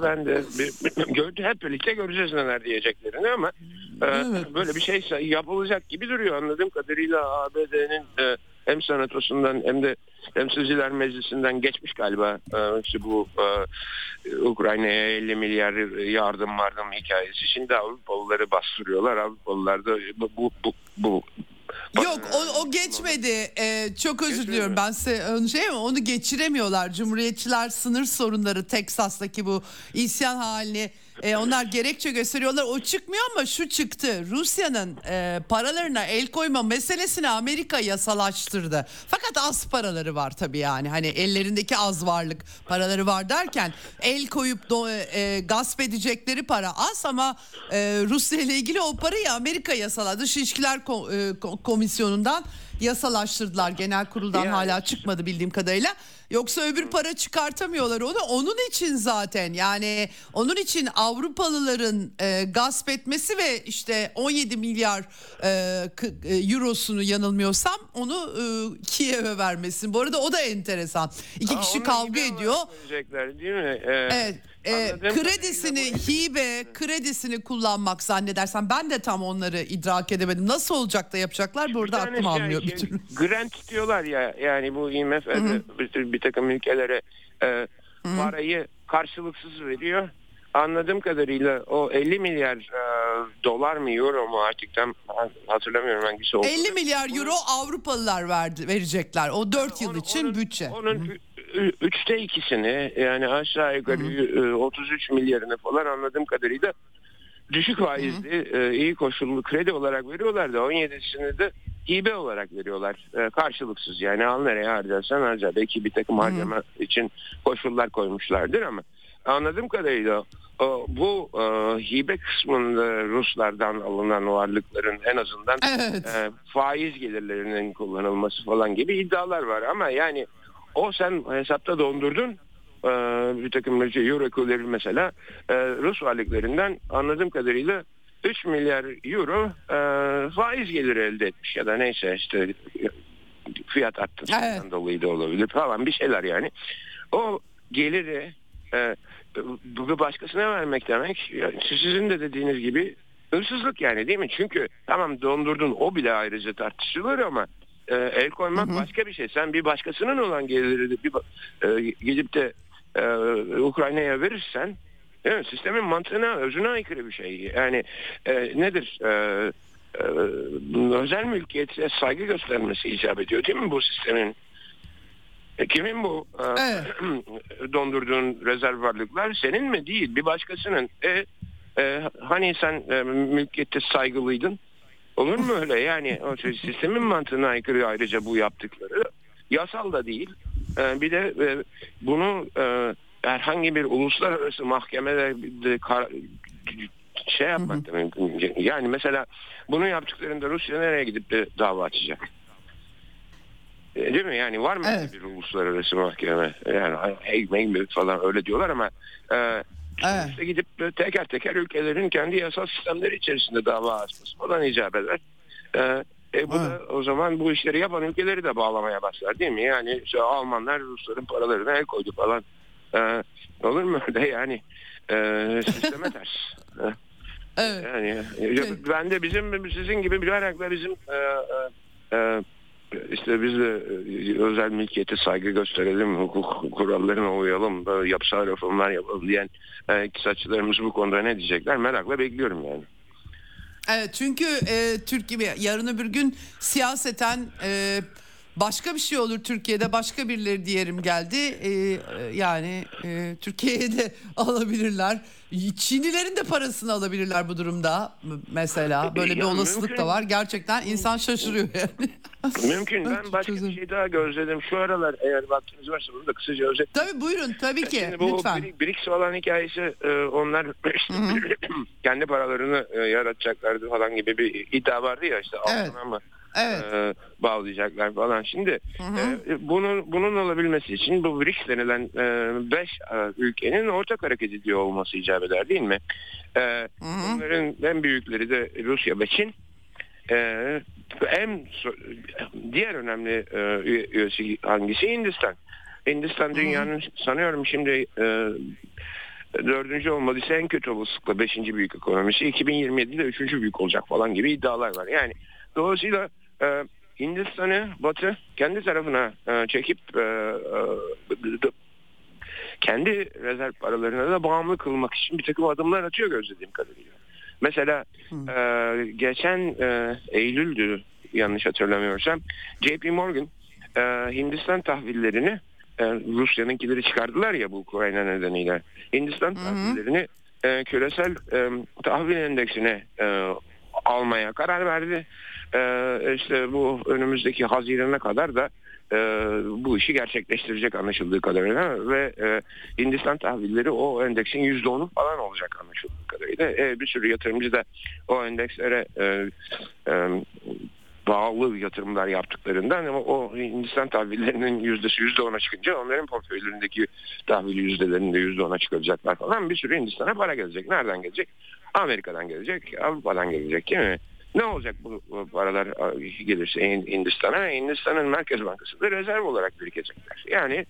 hep birlikte göreceğiz neler diyeceklerini ama böyle bir şey yapılacak gibi duruyor. Anladığım kadarıyla ABD'nin hem senatosundan hem de Temsilciler Meclisi'nden geçmiş galiba işte bu Ukrayna'ya 50 milyar yardım hikayesi. Şimdi Avrupalıları bastırıyorlar. Avrupalılar da bu Yok, o geçmedi. Çok özür diliyorum. Ben size onu geçiremiyorlar. Cumhuriyetçiler sınır sorunları, Teksas'taki bu isyan halini onlar gerekçe gösteriyorlar. O çıkmıyor ama şu çıktı. Rusya'nın paralarına el koyma meselesini Amerika yasalaştırdı. Fakat az paraları var tabii yani. Hani ellerindeki az varlık paraları var derken el koyup gasp edecekleri para az ama Rusya ile ilgili o parayı Amerika yasaladı. Dış İlişkiler Komisyonu'ndan yasalaştırdılar. Genel kuruldan hala çıkmadı bildiğim kadarıyla. Yoksa öbür para çıkartamıyorlar onu. Onun için zaten yani onun için Avrupalıların gasp etmesi ve işte 17 milyar eurosunu yanılmıyorsam onu Kiev'e vermesi. Bu arada o da enteresan. İki kişi kavga ediyor. Değil mi? Evet. Kredisini kullanmak zannedersem, ben de tam onları idrak edemedim. Nasıl olacak da yapacaklar? Burada aklım almıyor bir türlü. Grant diyorlar ya, yani bu IMF bir takım ülkelere parayı karşılıksız veriyor. Anladığım kadarıyla o 50 milyar dolar mı euro mu artık tam hatırlamıyorum hangisi oldu. 50 milyar euro Avrupalılar verecekler. O 4 yıl için bütçe. Onun 3'te 2'sini yani aşağı yukarı 33 milyarını falan anladığım kadarıyla düşük faizli iyi koşullu kredi olarak veriyorlar da 17'sini de hibe olarak veriyorlar. Karşılıksız yani, al nereye harcarsan harca. Belki bir takım harcama için koşullar koymuşlardır ama anladığım kadarıyla bu hibe kısmında Ruslardan alınan varlıkların en azından faiz gelirlerinin kullanılması falan gibi iddialar var ama yani o sen hesapta dondurdun bir takım Euro'ları mesela Rus varlıklarından anladığım kadarıyla 3 milyar euro faiz geliri elde etmiş ya da neyse işte fiyat arttığından dolayı da olabilir falan bir şeyler yani. O geliri bu başkasına vermek demek sizin de dediğiniz gibi hırsızlık yani, değil mi? Çünkü tamam dondurdun, o bile ayrıca tartışılır ama el koymak başka bir şey. Sen bir başkasının olan geliri gidip de Ukrayna'ya verirsen, değil mi? Sistemin mantığına, özüne aykırı bir şey. Yani nedir? Özel mülkiyete saygı göstermesi icap ediyor, değil mi bu sistemin? Kimin bu dondurduğun rezerv varlıklar? Senin mi? Değil. Bir başkasının. Hani sen mülkiyette saygılıydın? Olur mu öyle? Yani o sistemin mantığına aykırı ayrıca bu yaptıkları. Yasal da değil. Bir de bunu herhangi bir uluslararası mahkemede şey yapmak da mümkün. Yani mesela bunu yaptıklarında Rusya nereye gidip de dava açacak? Değil mi? Yani var mı bir uluslararası mahkeme? Yani Hague falan öyle diyorlar ama işte gidip teker teker ülkelerin kendi yasal sistemleri içerisinde dava açması falan icap eder. Bu da o zaman bu işleri yapan ülkeleri de bağlamaya başlar, değil mi? Yani işte Almanlar Rusların paralarına el koydu falan. Olur mu öyle yani? Sisteme ters. Yani ben de sizin gibi bir merakla bizim işte biz de özel mülkiyete saygı gösterelim, hukuk kurallarına uyalım, yapısal reformlar yapalım diyen iktisatçılarımız bu konuda ne diyecekler merakla bekliyorum yani. Evet, çünkü Türkiye yarın öbür gün siyaseten başka bir şey olur, Türkiye'de başka birileri diyelim geldi. Yani Türkiye'ye de alabilirler. Çinlilerin de parasını alabilirler bu durumda mesela. Böyle bir olasılık da var. Gerçekten insan şaşırıyor yani. Mümkün. Ben başka bir şey daha gözledim. Şu aralar eğer vaktiniz varsa bunu da kısaca özetleyeyim. Tabii buyurun, tabii ki. Şimdi bu lütfen. BRICS olan hikayesi onlar kendi paralarını yaratacaklardı falan gibi bir iddia vardı ya işte altına mı bağlayacaklar falan. Şimdi bunun olabilmesi için bu BRICS denilen 5 ülkenin ortak hareket ediyor olması icap eder değil mi? Bunların en büyükleri de Rusya ve Çin. Diğer önemli üyesi hangisi? Hindistan. Hindistan dünyanın sanıyorum şimdi 4. olmadıysa en kötü olasılıkla 5. büyük ekonomisi. 2027'de 3. büyük olacak falan gibi iddialar var. Yani dolayısıyla Hindistan'ı Batı kendi tarafına çekip kendi rezerv paralarına da bağımlı kılmak için bir takım adımlar atıyor gözlediğim kadarıyla. Mesela geçen Eylül'dü yanlış hatırlamıyorsam JP Morgan Hindistan tahvillerini Rusya'nınkileri çıkardılar ya bu Ukrayna nedeniyle. Hindistan tahvillerini küresel tahvil endeksine almaya karar verdi. İşte bu önümüzdeki Haziran'a kadar da bu işi gerçekleştirecek anlaşıldığı kadarıyla ve Hindistan tahvilleri o endeksin %10'u falan olacak anlaşıldığı kadarıyla. Bir sürü yatırımcı da o endekslere bağlı yatırımlar yaptıklarından ama o Hindistan tahvillerinin yüzdesi %10'a çıkınca onların portföylerindeki tahvil yüzdelerinde %10'a çıkaracaklar falan. Bir sürü Hindistan'a para gelecek. Nereden gelecek? Amerika'dan gelecek, Avrupa'dan gelecek değil mi? Ne olacak bu paralar gelirse Hindistan'a? Hindistan'ın Merkez Bankası da rezerv olarak birikecekler. Yani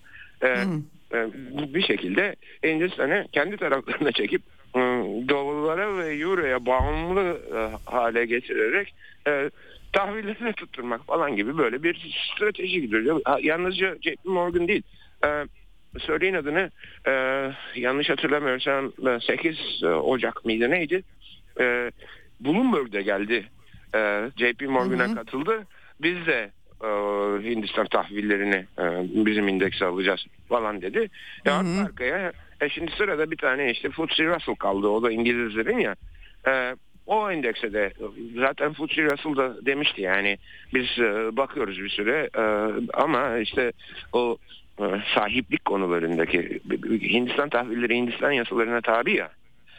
bir şekilde Hindistan'ı kendi taraflarına çekip dolara ve euroya bağımlı hale getirerek tahvillerini tutturmak falan gibi böyle bir strateji gidiyor. Yalnızca JP Morgan değil. Söyleyin adını, yanlış hatırlamıyorsam 8 Ocak mıydı neydi? Bloomberg'de geldi. JP Morgan'a katıldı. Biz de Hindistan tahvillerini bizim indekse alacağız falan dedi. Arkaya şimdi sırada bir tane işte FTSE Russell kaldı. O da İngilizlerin ya. O endekse de zaten FTSE Russell da demişti yani biz bakıyoruz bir süre ama işte o sahiplik konularındaki Hindistan tahvilleri Hindistan yasalarına tabi ya.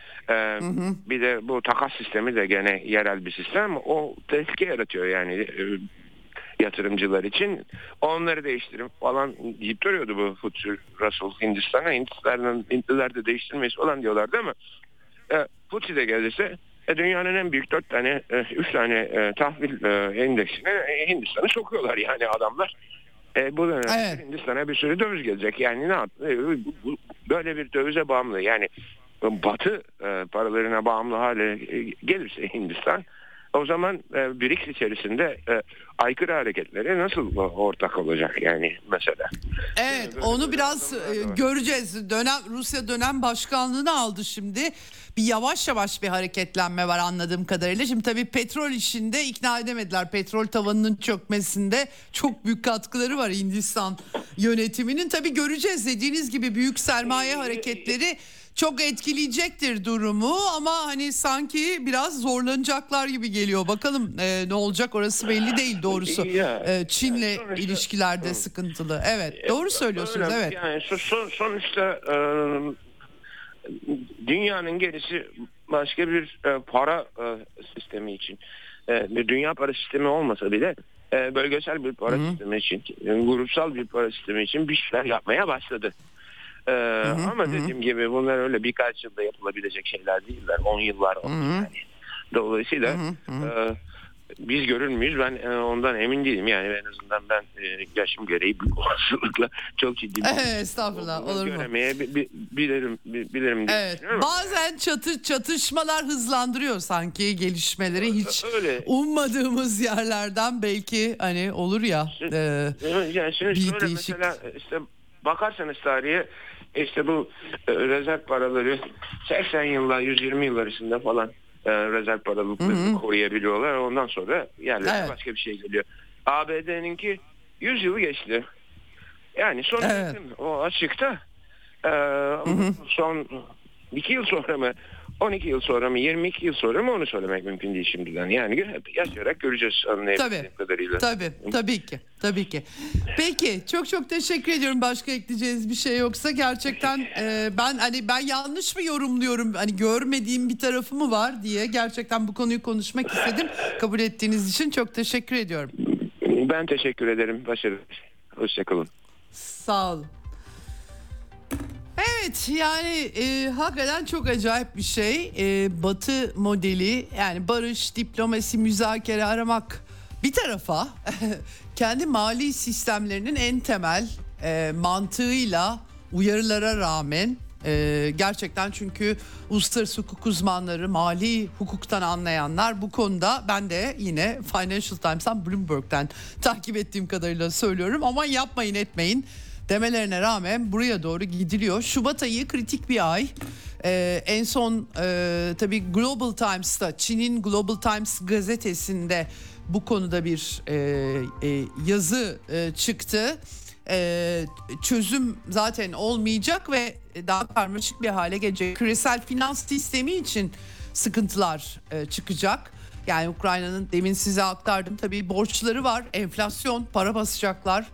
Bir de bu takas sistemi de gene yerel bir sistem. O tehlike yaratıyor yani yatırımcılar için. Onları değiştirin falan deyip duruyordu bu FTSE Russell Hindistan'a. Hintliler de değiştirmeyiz falan diyorlardı ama FTSE de gelirse dünyanın en büyük 3 tane tahvil endeksine Hindistan'ı sokuyorlar yani adamlar. Bu dönemde Hindistan'a bir sürü döviz gelecek. Yani ne böyle bir dövize bağımlı yani Batı paralarına bağımlı hale gelirse Hindistan o zaman BRICS içerisinde aykırı hareketlere nasıl ortak olacak yani mesela. Evet, onu biraz göreceğiz. Rusya dönem başkanlığını aldı şimdi. Bir yavaş yavaş bir hareketlenme var anladığım kadarıyla. Şimdi tabii petrol işinde ikna edemediler. Petrol tavanının çökmesinde çok büyük katkıları var Hindistan yönetiminin. Tabii göreceğiz, dediğiniz gibi büyük sermaye hareketleri çok etkileyecektir durumu ama hani sanki biraz zorlanacaklar gibi geliyor. Bakalım ne olacak, orası belli değil doğrusu. Çin'le ilişkilerde sıkıntılı. Evet, doğru söylüyorsunuz. Evet. Yani sonuçta dünyanın gerisi başka bir para sistemi için. Dünya para sistemi olmasa bile bölgesel bir para sistemi için, grupsal bir para sistemi için bir şeyler yapmaya başladı. Ama dediğim gibi bunlar öyle birkaç yılda yapılabilecek şeyler değiller. 10 yıllar olmuş yani. Dolayısıyla biz görür müyüz? Ben ondan emin değilim. Yani en azından ben yaşım gereği büyük olasılıkla çok ciddi bir Estağfurullah, olur mu? Bilirim diye Evet. düşünüyorum. Bazen çatışmalar hızlandırıyor sanki gelişmeleri, hiç Öyle. ummadığımız yerlerden belki hani olur ya. Yani şimdi bir şöyle değişik. mesela işte bakarsanız tarihe, işte bu rezerv paraları 80 yıllar 120 yıl arasında falan rezerv paralıklarını koruyabiliyorlar. Ondan sonra yerlerine Evet. başka bir şey geliyor. ABD'ninki 100 yılı geçti. Yani son Evet. o açıkta son 2 yıl sonra mı, 12 yıl sonra mı, 22 yıl sonra mı, onu söylemek mümkün değil şimdiden. Yani hep yaşayarak göreceğiz anlayabildiğim kadarıyla. Tabii ki. Peki, çok teşekkür ediyorum. Başka ekleyeceğiniz bir şey yoksa gerçekten ben yanlış mı yorumluyorum? Hani görmediğim bir tarafı mı var diye gerçekten bu konuyu konuşmak istedim. Kabul ettiğiniz için çok teşekkür ediyorum. Ben teşekkür ederim. Başarılar. Hoşçakalın. Sağ olun. Evet, yani hakikaten çok acayip bir şey. Batı modeli, yani barış, diplomasi, müzakere aramak bir tarafa, kendi mali sistemlerinin en temel mantığıyla uyarılara rağmen gerçekten, çünkü uluslararası hukuk uzmanları, mali hukuktan anlayanlar bu konuda, ben de yine Financial Times'tan, Bloomberg'den takip ettiğim kadarıyla söylüyorum, ama yapmayın etmeyin demelerine rağmen buraya doğru gidiliyor. Şubat ayı kritik bir ay. En son tabii Global Times'ta, Çin'in Global Times gazetesinde bu konuda bir yazı çıktı. Çözüm zaten olmayacak ve daha karmaşık bir hale gelecek. Küresel finans sistemi için sıkıntılar çıkacak. Yani Ukrayna'nın, demin size aktardım, tabii borçları var, enflasyon, para basacaklar.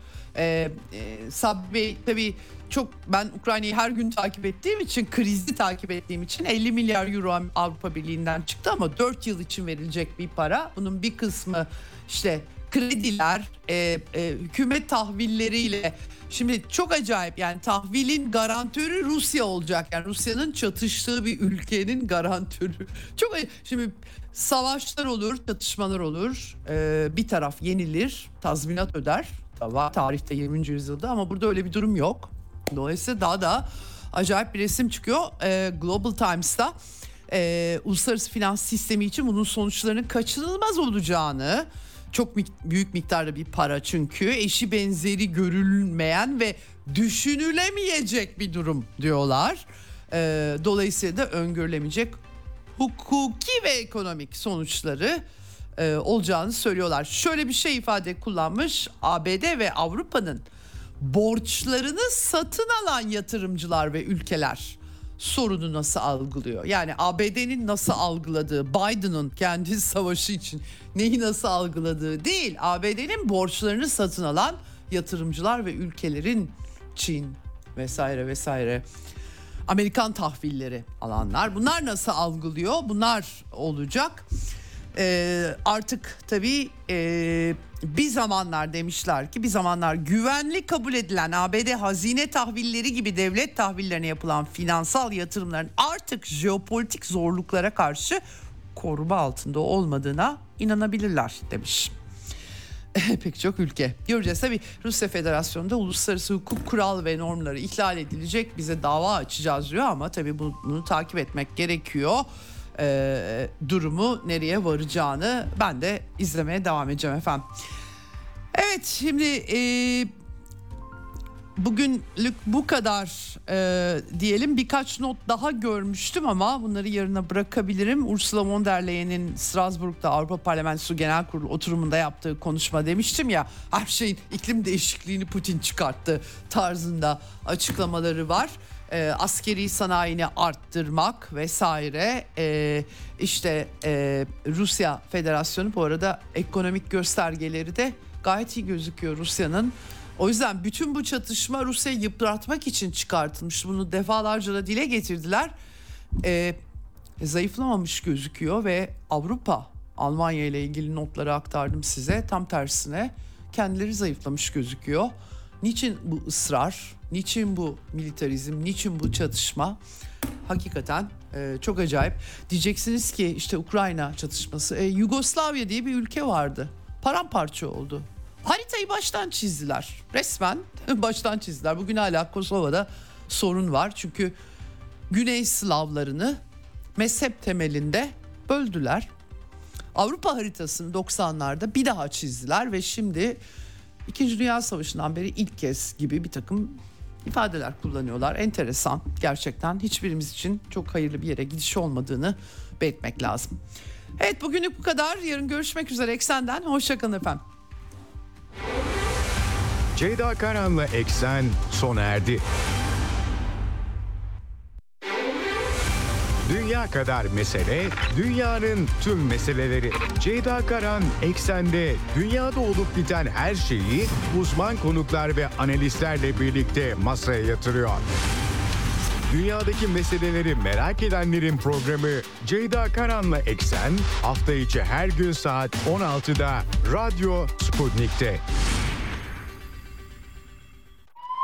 Sabri Bey, tabii çok, ben Ukrayna'yı her gün takip ettiğim için, krizi takip ettiğim için 50 milyar euro Avrupa Birliği'nden çıktı ama 4 yıl için verilecek bir para. Bunun bir kısmı işte krediler, hükümet tahvilleriyle. Şimdi çok acayip, yani tahvilin garantörü Rusya olacak. Yani Rusya'nın çatıştığı bir ülkenin garantörü. Çok şimdi savaşlar olur, çatışmalar olur. Bir taraf yenilir, tazminat öder. Var tarihte 20. yüzyılda, ama burada öyle bir durum yok. Dolayısıyla daha da acayip bir resim çıkıyor. Global Times'ta uluslararası finans sistemi için bunun sonuçlarının kaçınılmaz olacağını, çok büyük miktarda bir para çünkü, eşi benzeri görülmeyen ve düşünülemeyecek bir durum diyorlar. Dolayısıyla da öngörülemeyecek hukuki ve ekonomik sonuçları olacağını söylüyorlar. Şöyle bir şey ifade kullanmış: ABD ve Avrupa'nın borçlarını satın alan yatırımcılar ve ülkeler sorunu nasıl algılıyor? Yani ABD'nin nasıl algıladığı, Biden'ın kendi savaşı için neyi nasıl algıladığı değil, ABD'nin borçlarını satın alan yatırımcılar ve ülkelerin, Çin vesaire, Amerikan tahvilleri alanlar, bunlar nasıl algılıyor? Bunlar olacak. Artık tabii bir zamanlar demişler ki, bir zamanlar güvenli kabul edilen ABD hazine tahvilleri gibi devlet tahvillerine yapılan finansal yatırımların artık jeopolitik zorluklara karşı koruma altında olmadığına inanabilirler demiş. Pek çok ülke. Göreceğiz tabii, Rusya Federasyonu'nda uluslararası hukuk kural ve normları ihlal edilecek, bize dava açacağız diyor, ama tabii bunu takip etmek gerekiyor. Durumu nereye varacağını ben de izlemeye devam edeceğim efendim. Evet, şimdi bugünlük bu kadar diyelim. Birkaç not daha görmüştüm ama bunları yarına bırakabilirim. Ursula von der Leyen'in Strasbourg'da Avrupa Parlamentosu Genel Kurulu oturumunda yaptığı konuşma, demiştim ya, her şeyin, iklim değişikliğini Putin çıkarttı tarzında açıklamaları var. Askeri sanayini arttırmak vesaire, işte Rusya Federasyonu, bu arada ekonomik göstergeleri de gayet iyi gözüküyor Rusya'nın. O yüzden bütün bu çatışma Rusya'yı yıpratmak için çıkartılmış. Bunu defalarca da dile getirdiler. Zayıflamamış gözüküyor ve Avrupa, Almanya ile ilgili notları aktardım size. Tam tersine kendileri zayıflamış gözüküyor. Niçin bu ısrar? Niçin bu militarizm? Niçin bu çatışma? Hakikaten Çok acayip. Diyeceksiniz ki işte Ukrayna çatışması. Yugoslavya diye bir ülke vardı. Paramparça oldu. Haritayı baştan çizdiler. Resmen baştan çizdiler. Bugün hala Kosova'da sorun var. Çünkü Güney Slavlarını mezhep temelinde böldüler. Avrupa haritasını 90'larda bir daha çizdiler ve şimdi 2. Dünya Savaşı'ndan beri ilk kez gibi bir takım ifadeler kullanıyorlar. Enteresan gerçekten, hiçbirimiz için çok hayırlı bir yere gidiş olmadığını belirtmek lazım. Evet, bugünlük bu kadar. Yarın görüşmek üzere Eksen'den. Hoşçakalın efendim. Ceyda Karan'la Eksen sona erdi. Dünya kadar mesele, dünyanın tüm meseleleri. Ceyda Karan Eksen'de dünyada olup biten her şeyi uzman konuklar ve analistlerle birlikte masaya yatırıyor. Dünyadaki meseleleri merak edenlerin programı Ceyda Karan'la Eksen hafta içi her gün saat 16'da Radyo Sputnik'te.